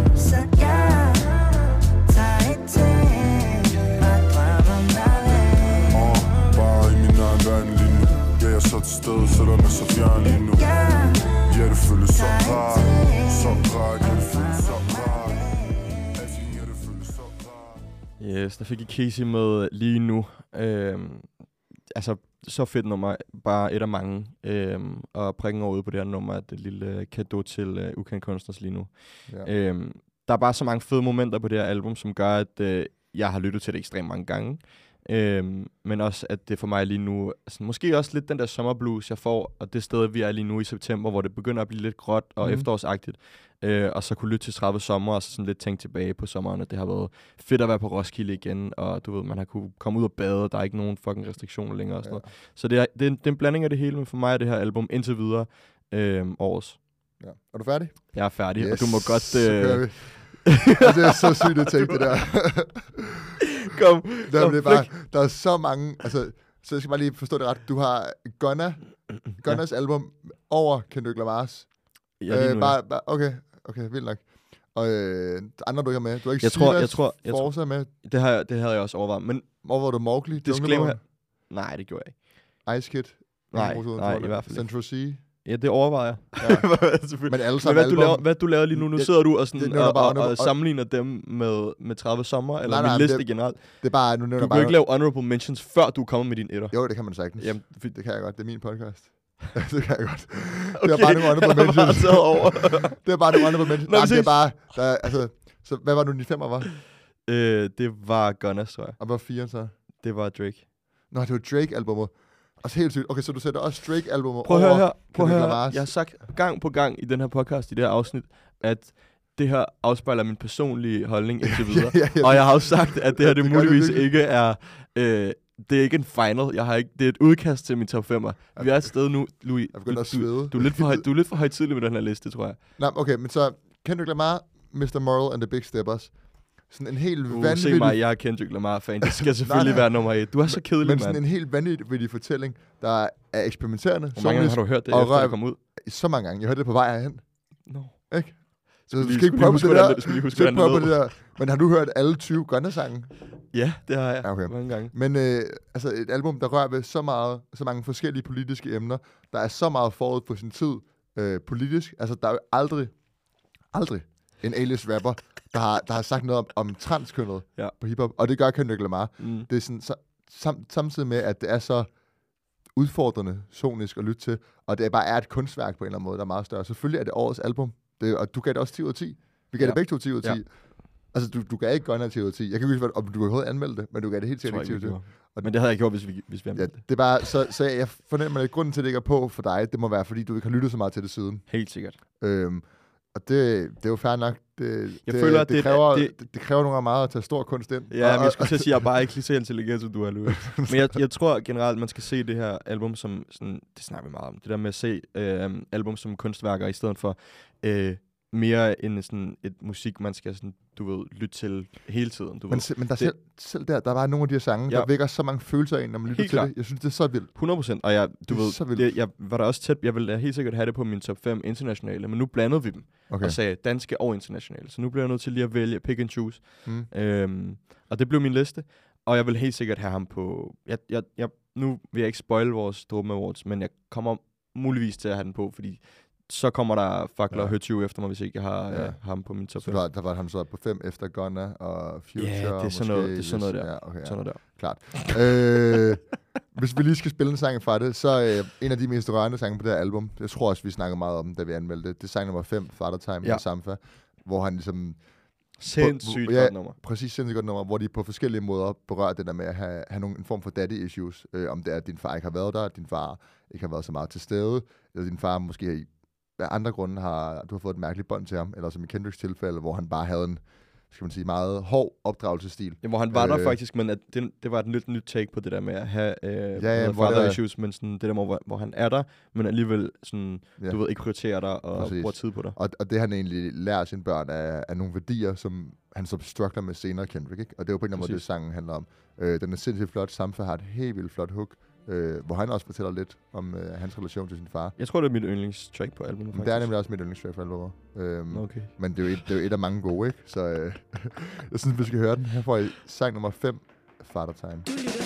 Jeg er så til stede, selvom jeg er så fjern lige nu. Ja, det føles så rart. Så rart, ja, det føles så rart. Alting, ja, det føles så rart.
Yes, der fik I Casey med Lige Nu. Altså, så fedt nummer. Bare et af mange. Og prikken over ude på det her nummer er det lille cadeau til Ukendt Kunstners Lige Nu. Ja. Der er bare så mange fede momenter på det her album, som gør, at jeg har lyttet til det ekstremt mange gange. Men også, at det for mig lige nu, altså, måske også lidt den der sommerblues, jeg får, og det sted, vi er lige nu i september, hvor det begynder at blive lidt gråt og efterårsagtigt, og så kunne lytte til 30 sommer, og så sådan lidt tænke tilbage på sommeren, og det har været fedt at være på Roskilde igen, og du ved, man har kunne komme ud og bade, der er ikke nogen fucking restriktioner længere og sådan noget. Så det er en blanding af det hele, men for mig er det her album indtil videre års.
Ja. Er du færdig?
Jeg er færdig, yes, og du må godt...
Så kører vi. Det er så sygt at tænke det der.
Kom,
det er bare, der er så mange, altså, så jeg skal bare lige forstå det ret. Du har Gunners album over Kendrick Lamar's.
Ja,
okay, vildt nok. Og andre du ikke har med. Du har ikke
jeg tror
Forza med.
Det havde jeg også overvejet, men
overvejede du Mowgli?
Disclaimer. Nej, det gjorde jeg ikke.
Ice Kid?
Nej, i hvert fald
Central C?
Ja, det overvejer jeg.
Ja. Men alle sammen
hvad du laver lige nu? Nu sidder du og, sådan, og sammenligner dem med 30 sommer, eller min liste generelt.
Det er bare,
du kan jo ikke lave honorable mentions, før du kommer med din etter.
Jo, det kan man sagtens. Jamen, det kan jeg godt. Det er min podcast. Det kan jeg godt.
Okay,
det er bare nogle honorable mentions. Det er bare nogle honorable mentions. Nej, det er bare... så hvad var nu din 5'er, var?
Det var Gunners, tror jeg.
Og hvad var 4'eren så?
Det var Drake.
Nå, det var Drake-albummet. Altså helt sygt. Okay, så du sætter også Drake-albummet
over Kendrick Lamar. Jeg har sagt gang på gang i den her podcast, i det her afsnit, at det her afspejler min personlige holdning indtil videre. Og jeg har også sagt, at det her det muligvis ikke er... det er ikke en final. Det er et udkast til min top 5'er. Vi er et sted nu, Louis.
Du
er lidt for højtidlig med den her liste, tror jeg.
Nej, okay, men så Kendrick Lamar, Mr. Moral and the Big Steppers. Sådan en helt vanvittig...
Se mig, jeg er Kendrick Lamar-fan. Det skal selvfølgelig være nummer 1. Du er så kedelig, mand.
Men sådan en helt vanvittig fortælling, der er eksperimenterende.
Hvor mange gange har du hørt det, efter det kom ud?
Så mange gange. Jeg hørte det på vej herhen.
No.
Ikke? Så du skal ikke prøve på det der. Men har du hørt alle 20 Gunner-sange?
Ja, det har jeg.
Okay.
Mange gange.
Men altså et album, der rører ved så mange forskellige politiske emner. Der er så meget forud på sin tid politisk. Altså, der er jo aldrig en A-list rapper, der har sagt noget om transkønnet på hiphop, og det gør Kendrick Lamar. Det er sådan, samtidig med, at det er så udfordrende, sonisk at lytte til, og det bare er et kunstværk på en eller anden måde, der er meget større. Selvfølgelig er det årets album, og du gav det også 10 ud af 10. Vi gav det begge to 10 ud af 10. Ja. Altså, du gav ikke Gunner 10 ud af 10. Jeg kan ikke huske, om du overhovedet anmeldte det, men du gav det helt sikkert 10 ud af 10.
Men det havde jeg gjort, hvis vi anmeldte det.
Det er bare, så jeg fornemmer, at grunden til, at det ikke er på for dig, det må være, fordi du ikke har lyttet så meget til det siden.
Helt sikkert.
Og det er jo fair nok. Det kræver nogle gange meget at tage stor kunst ind.
Ja, men jeg skulle til at sige, at jeg bare ikke lige så intelligent, som du er, Louis. Men jeg tror generelt, man skal se det her album som sådan, det snakker vi meget om, det der med at se album som kunstværker, i stedet for mere end sådan et musik, man skal sådan, du ved, lytte til hele tiden.
Men der selv der var nogle af de her sange, der vækker så mange følelser ind, når man lytter til det. Jeg synes, det er så vildt.
100%. Og jeg var der også tæt. Jeg ville helt sikkert have det på min top 5 internationale, men nu blandede vi dem. Okay. Og sagde danske og internationale. Så nu bliver jeg nødt til lige at vælge pick and choose. Og det blev min liste. Og jeg vil helt sikkert have ham på... Nu vil jeg ikke spoil vores Dråben Awards, men jeg kommer muligvis til at have den på, fordi så kommer der Fakler og Høtju efter mig, hvis ikke jeg har ham på min top 5.
Så der var han så på 5 efter Gunner og Future.
Ja, det er sådan noget der.
Ja, okay, sådan noget der. Klart. Hvis vi lige skal spille en sang fra det, så en af de mest rørende sange på det her album, jeg tror også, vi snakker meget om, da vi anmeldte det er sang nummer 5, Father Time med Sampha, hvor han ligesom...
Sindssygt godt nummer.
Præcis, sindssygt godt nummer, hvor de på forskellige måder berører det der med at have en form for daddy issues. Om det er, at din far ikke har været der, at din far ikke har været så meget til stede, eller din far måske af andre grunde du har fået et mærkeligt bånd til ham, eller som i Kendricks tilfælde, hvor han bare havde en, skal man sige, meget hård opdragelsesstil.
Ja, hvor han var der faktisk, men at det var et nyt take på det der med at have father issues, men sådan det der hvor han er der, men alligevel sådan, du ved, ikke prioriterer dig og bruger tid på dig.
Og det han egentlig lærer sine børn er nogle værdier, som han så struggler med senere, Kendrick, ikke? Og det er jo på en eller anden måde, det sangen handler om. Den er sindssygt flot. Sampha har et helt vildt flot hook, hvor han også fortæller lidt om hans relation til sin far.
Jeg tror, det er mit yndlingstrack på albumet, faktisk.
Det er nemlig også mit yndlingstrack på albumet. Okay. Men det er jo et af mange gode, ikke? Så jeg synes, vi skal høre den. Her får I sang nummer 5, Father Time.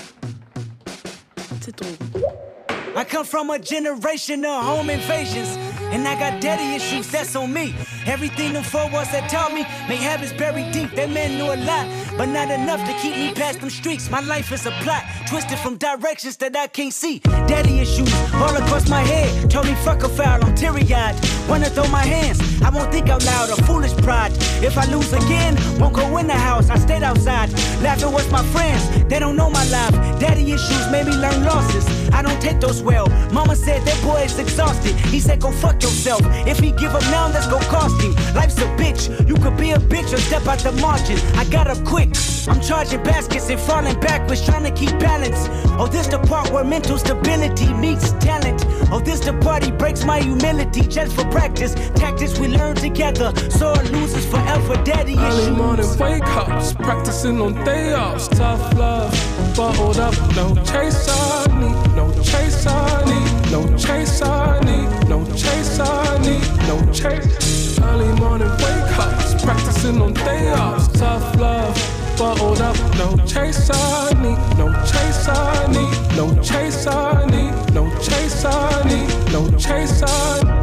I come from a generation of home invasions, and I got daddy issues, that's on me. Everything them four walls that taught me, make habits buried deep, that man knew a lot. but not enough to keep me past them streets. My life is a plot, twisted from directions that I can't see. Daddy issues all across my head. Told me fuck a foul, I'm teary-eyed. Wanna throw my hands, I won't think out loud, a foolish pride. If I lose again, won't go in the house, I stayed outside. Laughing with my friends, they don't know my life. Daddy issues made me learn losses, I don't take those well. Mama said that boy is exhausted, he said go fuck yourself. If he give up now, that's gon' cost him. Life's a bitch, you could be a bitch or step out the margin. I got up quick, I'm charging baskets and falling backwards, trying to keep balance. Oh, this the part where mental stability meets talent. Oh, this the party breaks my humility just for practice. Tactics we learn together, sore losers forever. Daddy issues.
Early morning wake ups, practicing on day offs. Tough love, bottled up, no chase I need, no chase I need, no chase I need, no chase I need, no chase. Early morning wake ups, practicing on day offs. Tough love, bottled up, no chase I need, no chase I need, no chase I need, no chase I need, no chase I need.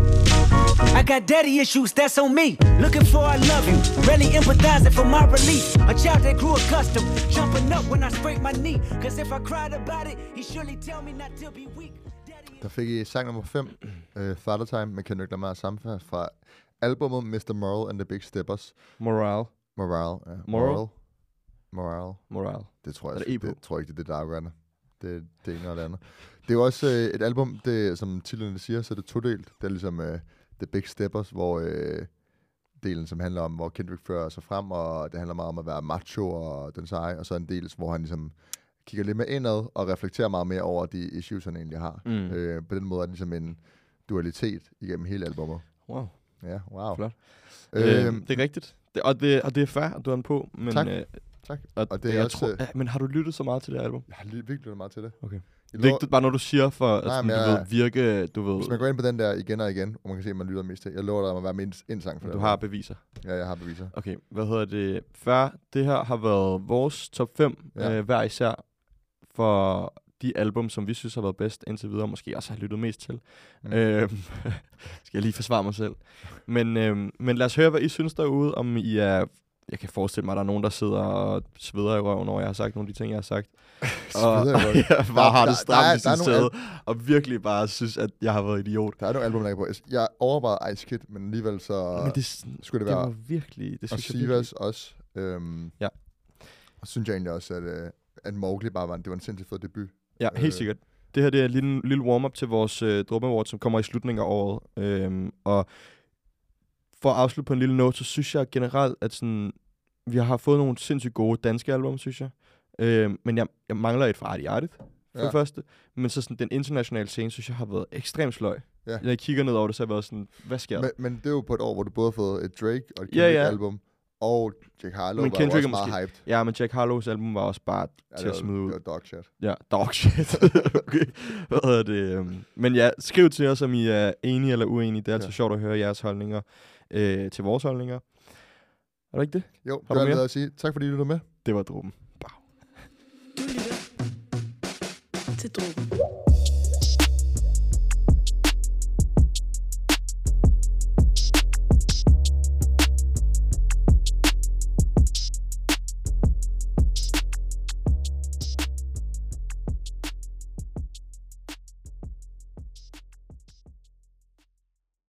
I got daddy issues, that's on me. Looking for I love you, really empathizing for my relief. A child that grew accustomed, jumping up when I scrape my knee. Cause if I cried about it, he surely tell me not to be weak.
Der fik I sang nummer 5, Father Time med Kendrick Lamar Samfa fra albumet Mr. Moral and the Big Steppers.
Moral.
Ja. Moral. Det tror jeg, det tror ikke, det er det, der er afgørende. Det er ene og det andet. Det er jo også et album, det, som titlen siger, så er det todelt. Det er ligesom The Big Steppers, hvor delen, som handler om, hvor Kendrick fører sig frem, og det handler meget om at være macho og den seje, og så en del, hvor han ligesom kigger lidt mere indad og reflekterer meget mere over de issues, han egentlig har. På den måde er det ligesom en dualitet igennem hele albumet.
Wow.
Ja, wow.
Flot. Det er rigtigt. Og det er fair, at du har den på. Men,
tak.
Og det er også... men har du lyttet så meget til det album?
Jeg har virkelig lyttet meget til det.
Okay. Vigtigt, bare når du siger for, at du ved, virke, du ved...
Hvis man går ind på den der igen og igen, og man kan se, at man lytter mest til. Jeg lover dig, at man være mindst en sang for det.
Du har beviser?
Ja, jeg har beviser.
Okay, hvad hedder det? Fair, det her har været vores top 5 hver især for de album, som vi synes har været bedst indtil videre, måske også har lyttet mest til. Skal jeg lige forsvare mig selv. Men lad os høre, hvad I synes derude, om I er... Jeg kan forestille mig, at der er nogen, der sidder og sveder i røven, når jeg har sagt nogle af de ting, jeg har sagt. Og jeg bare har det stramt i sin sæde, og virkelig bare synes, at jeg har været idiot.
Der er nogle album, der ikke på. Jeg overvejede Ice Kid, men alligevel så
men det,
skulle det være...
Det var virkelig... Det
og Sivas også. Ja. Og synes jeg egentlig også, at Mowgli bare var en sindssygt fed debut.
Ja, helt sikkert. Det her det er en lille warm-up til vores Drum Award, som kommer i slutningen af året. Og for at afslutte på en lille note, så synes jeg generelt, at sådan, vi har fået nogle sindssygt gode danske album, synes jeg. Men jeg mangler et fra Artie Artit, for det første. Men så sådan, den internationale scene, synes jeg, har været ekstremt sløj. Ja. Når jeg kigger ned over det, så har jeg været sådan, hvad sker der?
Men det er jo på et år, hvor du både har fået et Drake og et Kendrick-album. Og Jack Harlow var også meget hyped.
Ja, men Jack Harlows album var også bare til at smide ud.
Det var dog shit.
Ja, dog shit. Okay. Hvad hedder det? Men ja, skriv til os, om I er enige eller uenige. Det er altid sjovt at høre jeres holdninger til vores holdninger. Er det ikke det?
Jo, det er alt at sige. Tak fordi I lyttede med.
Det var Dråben.
Du lytter til Dråben.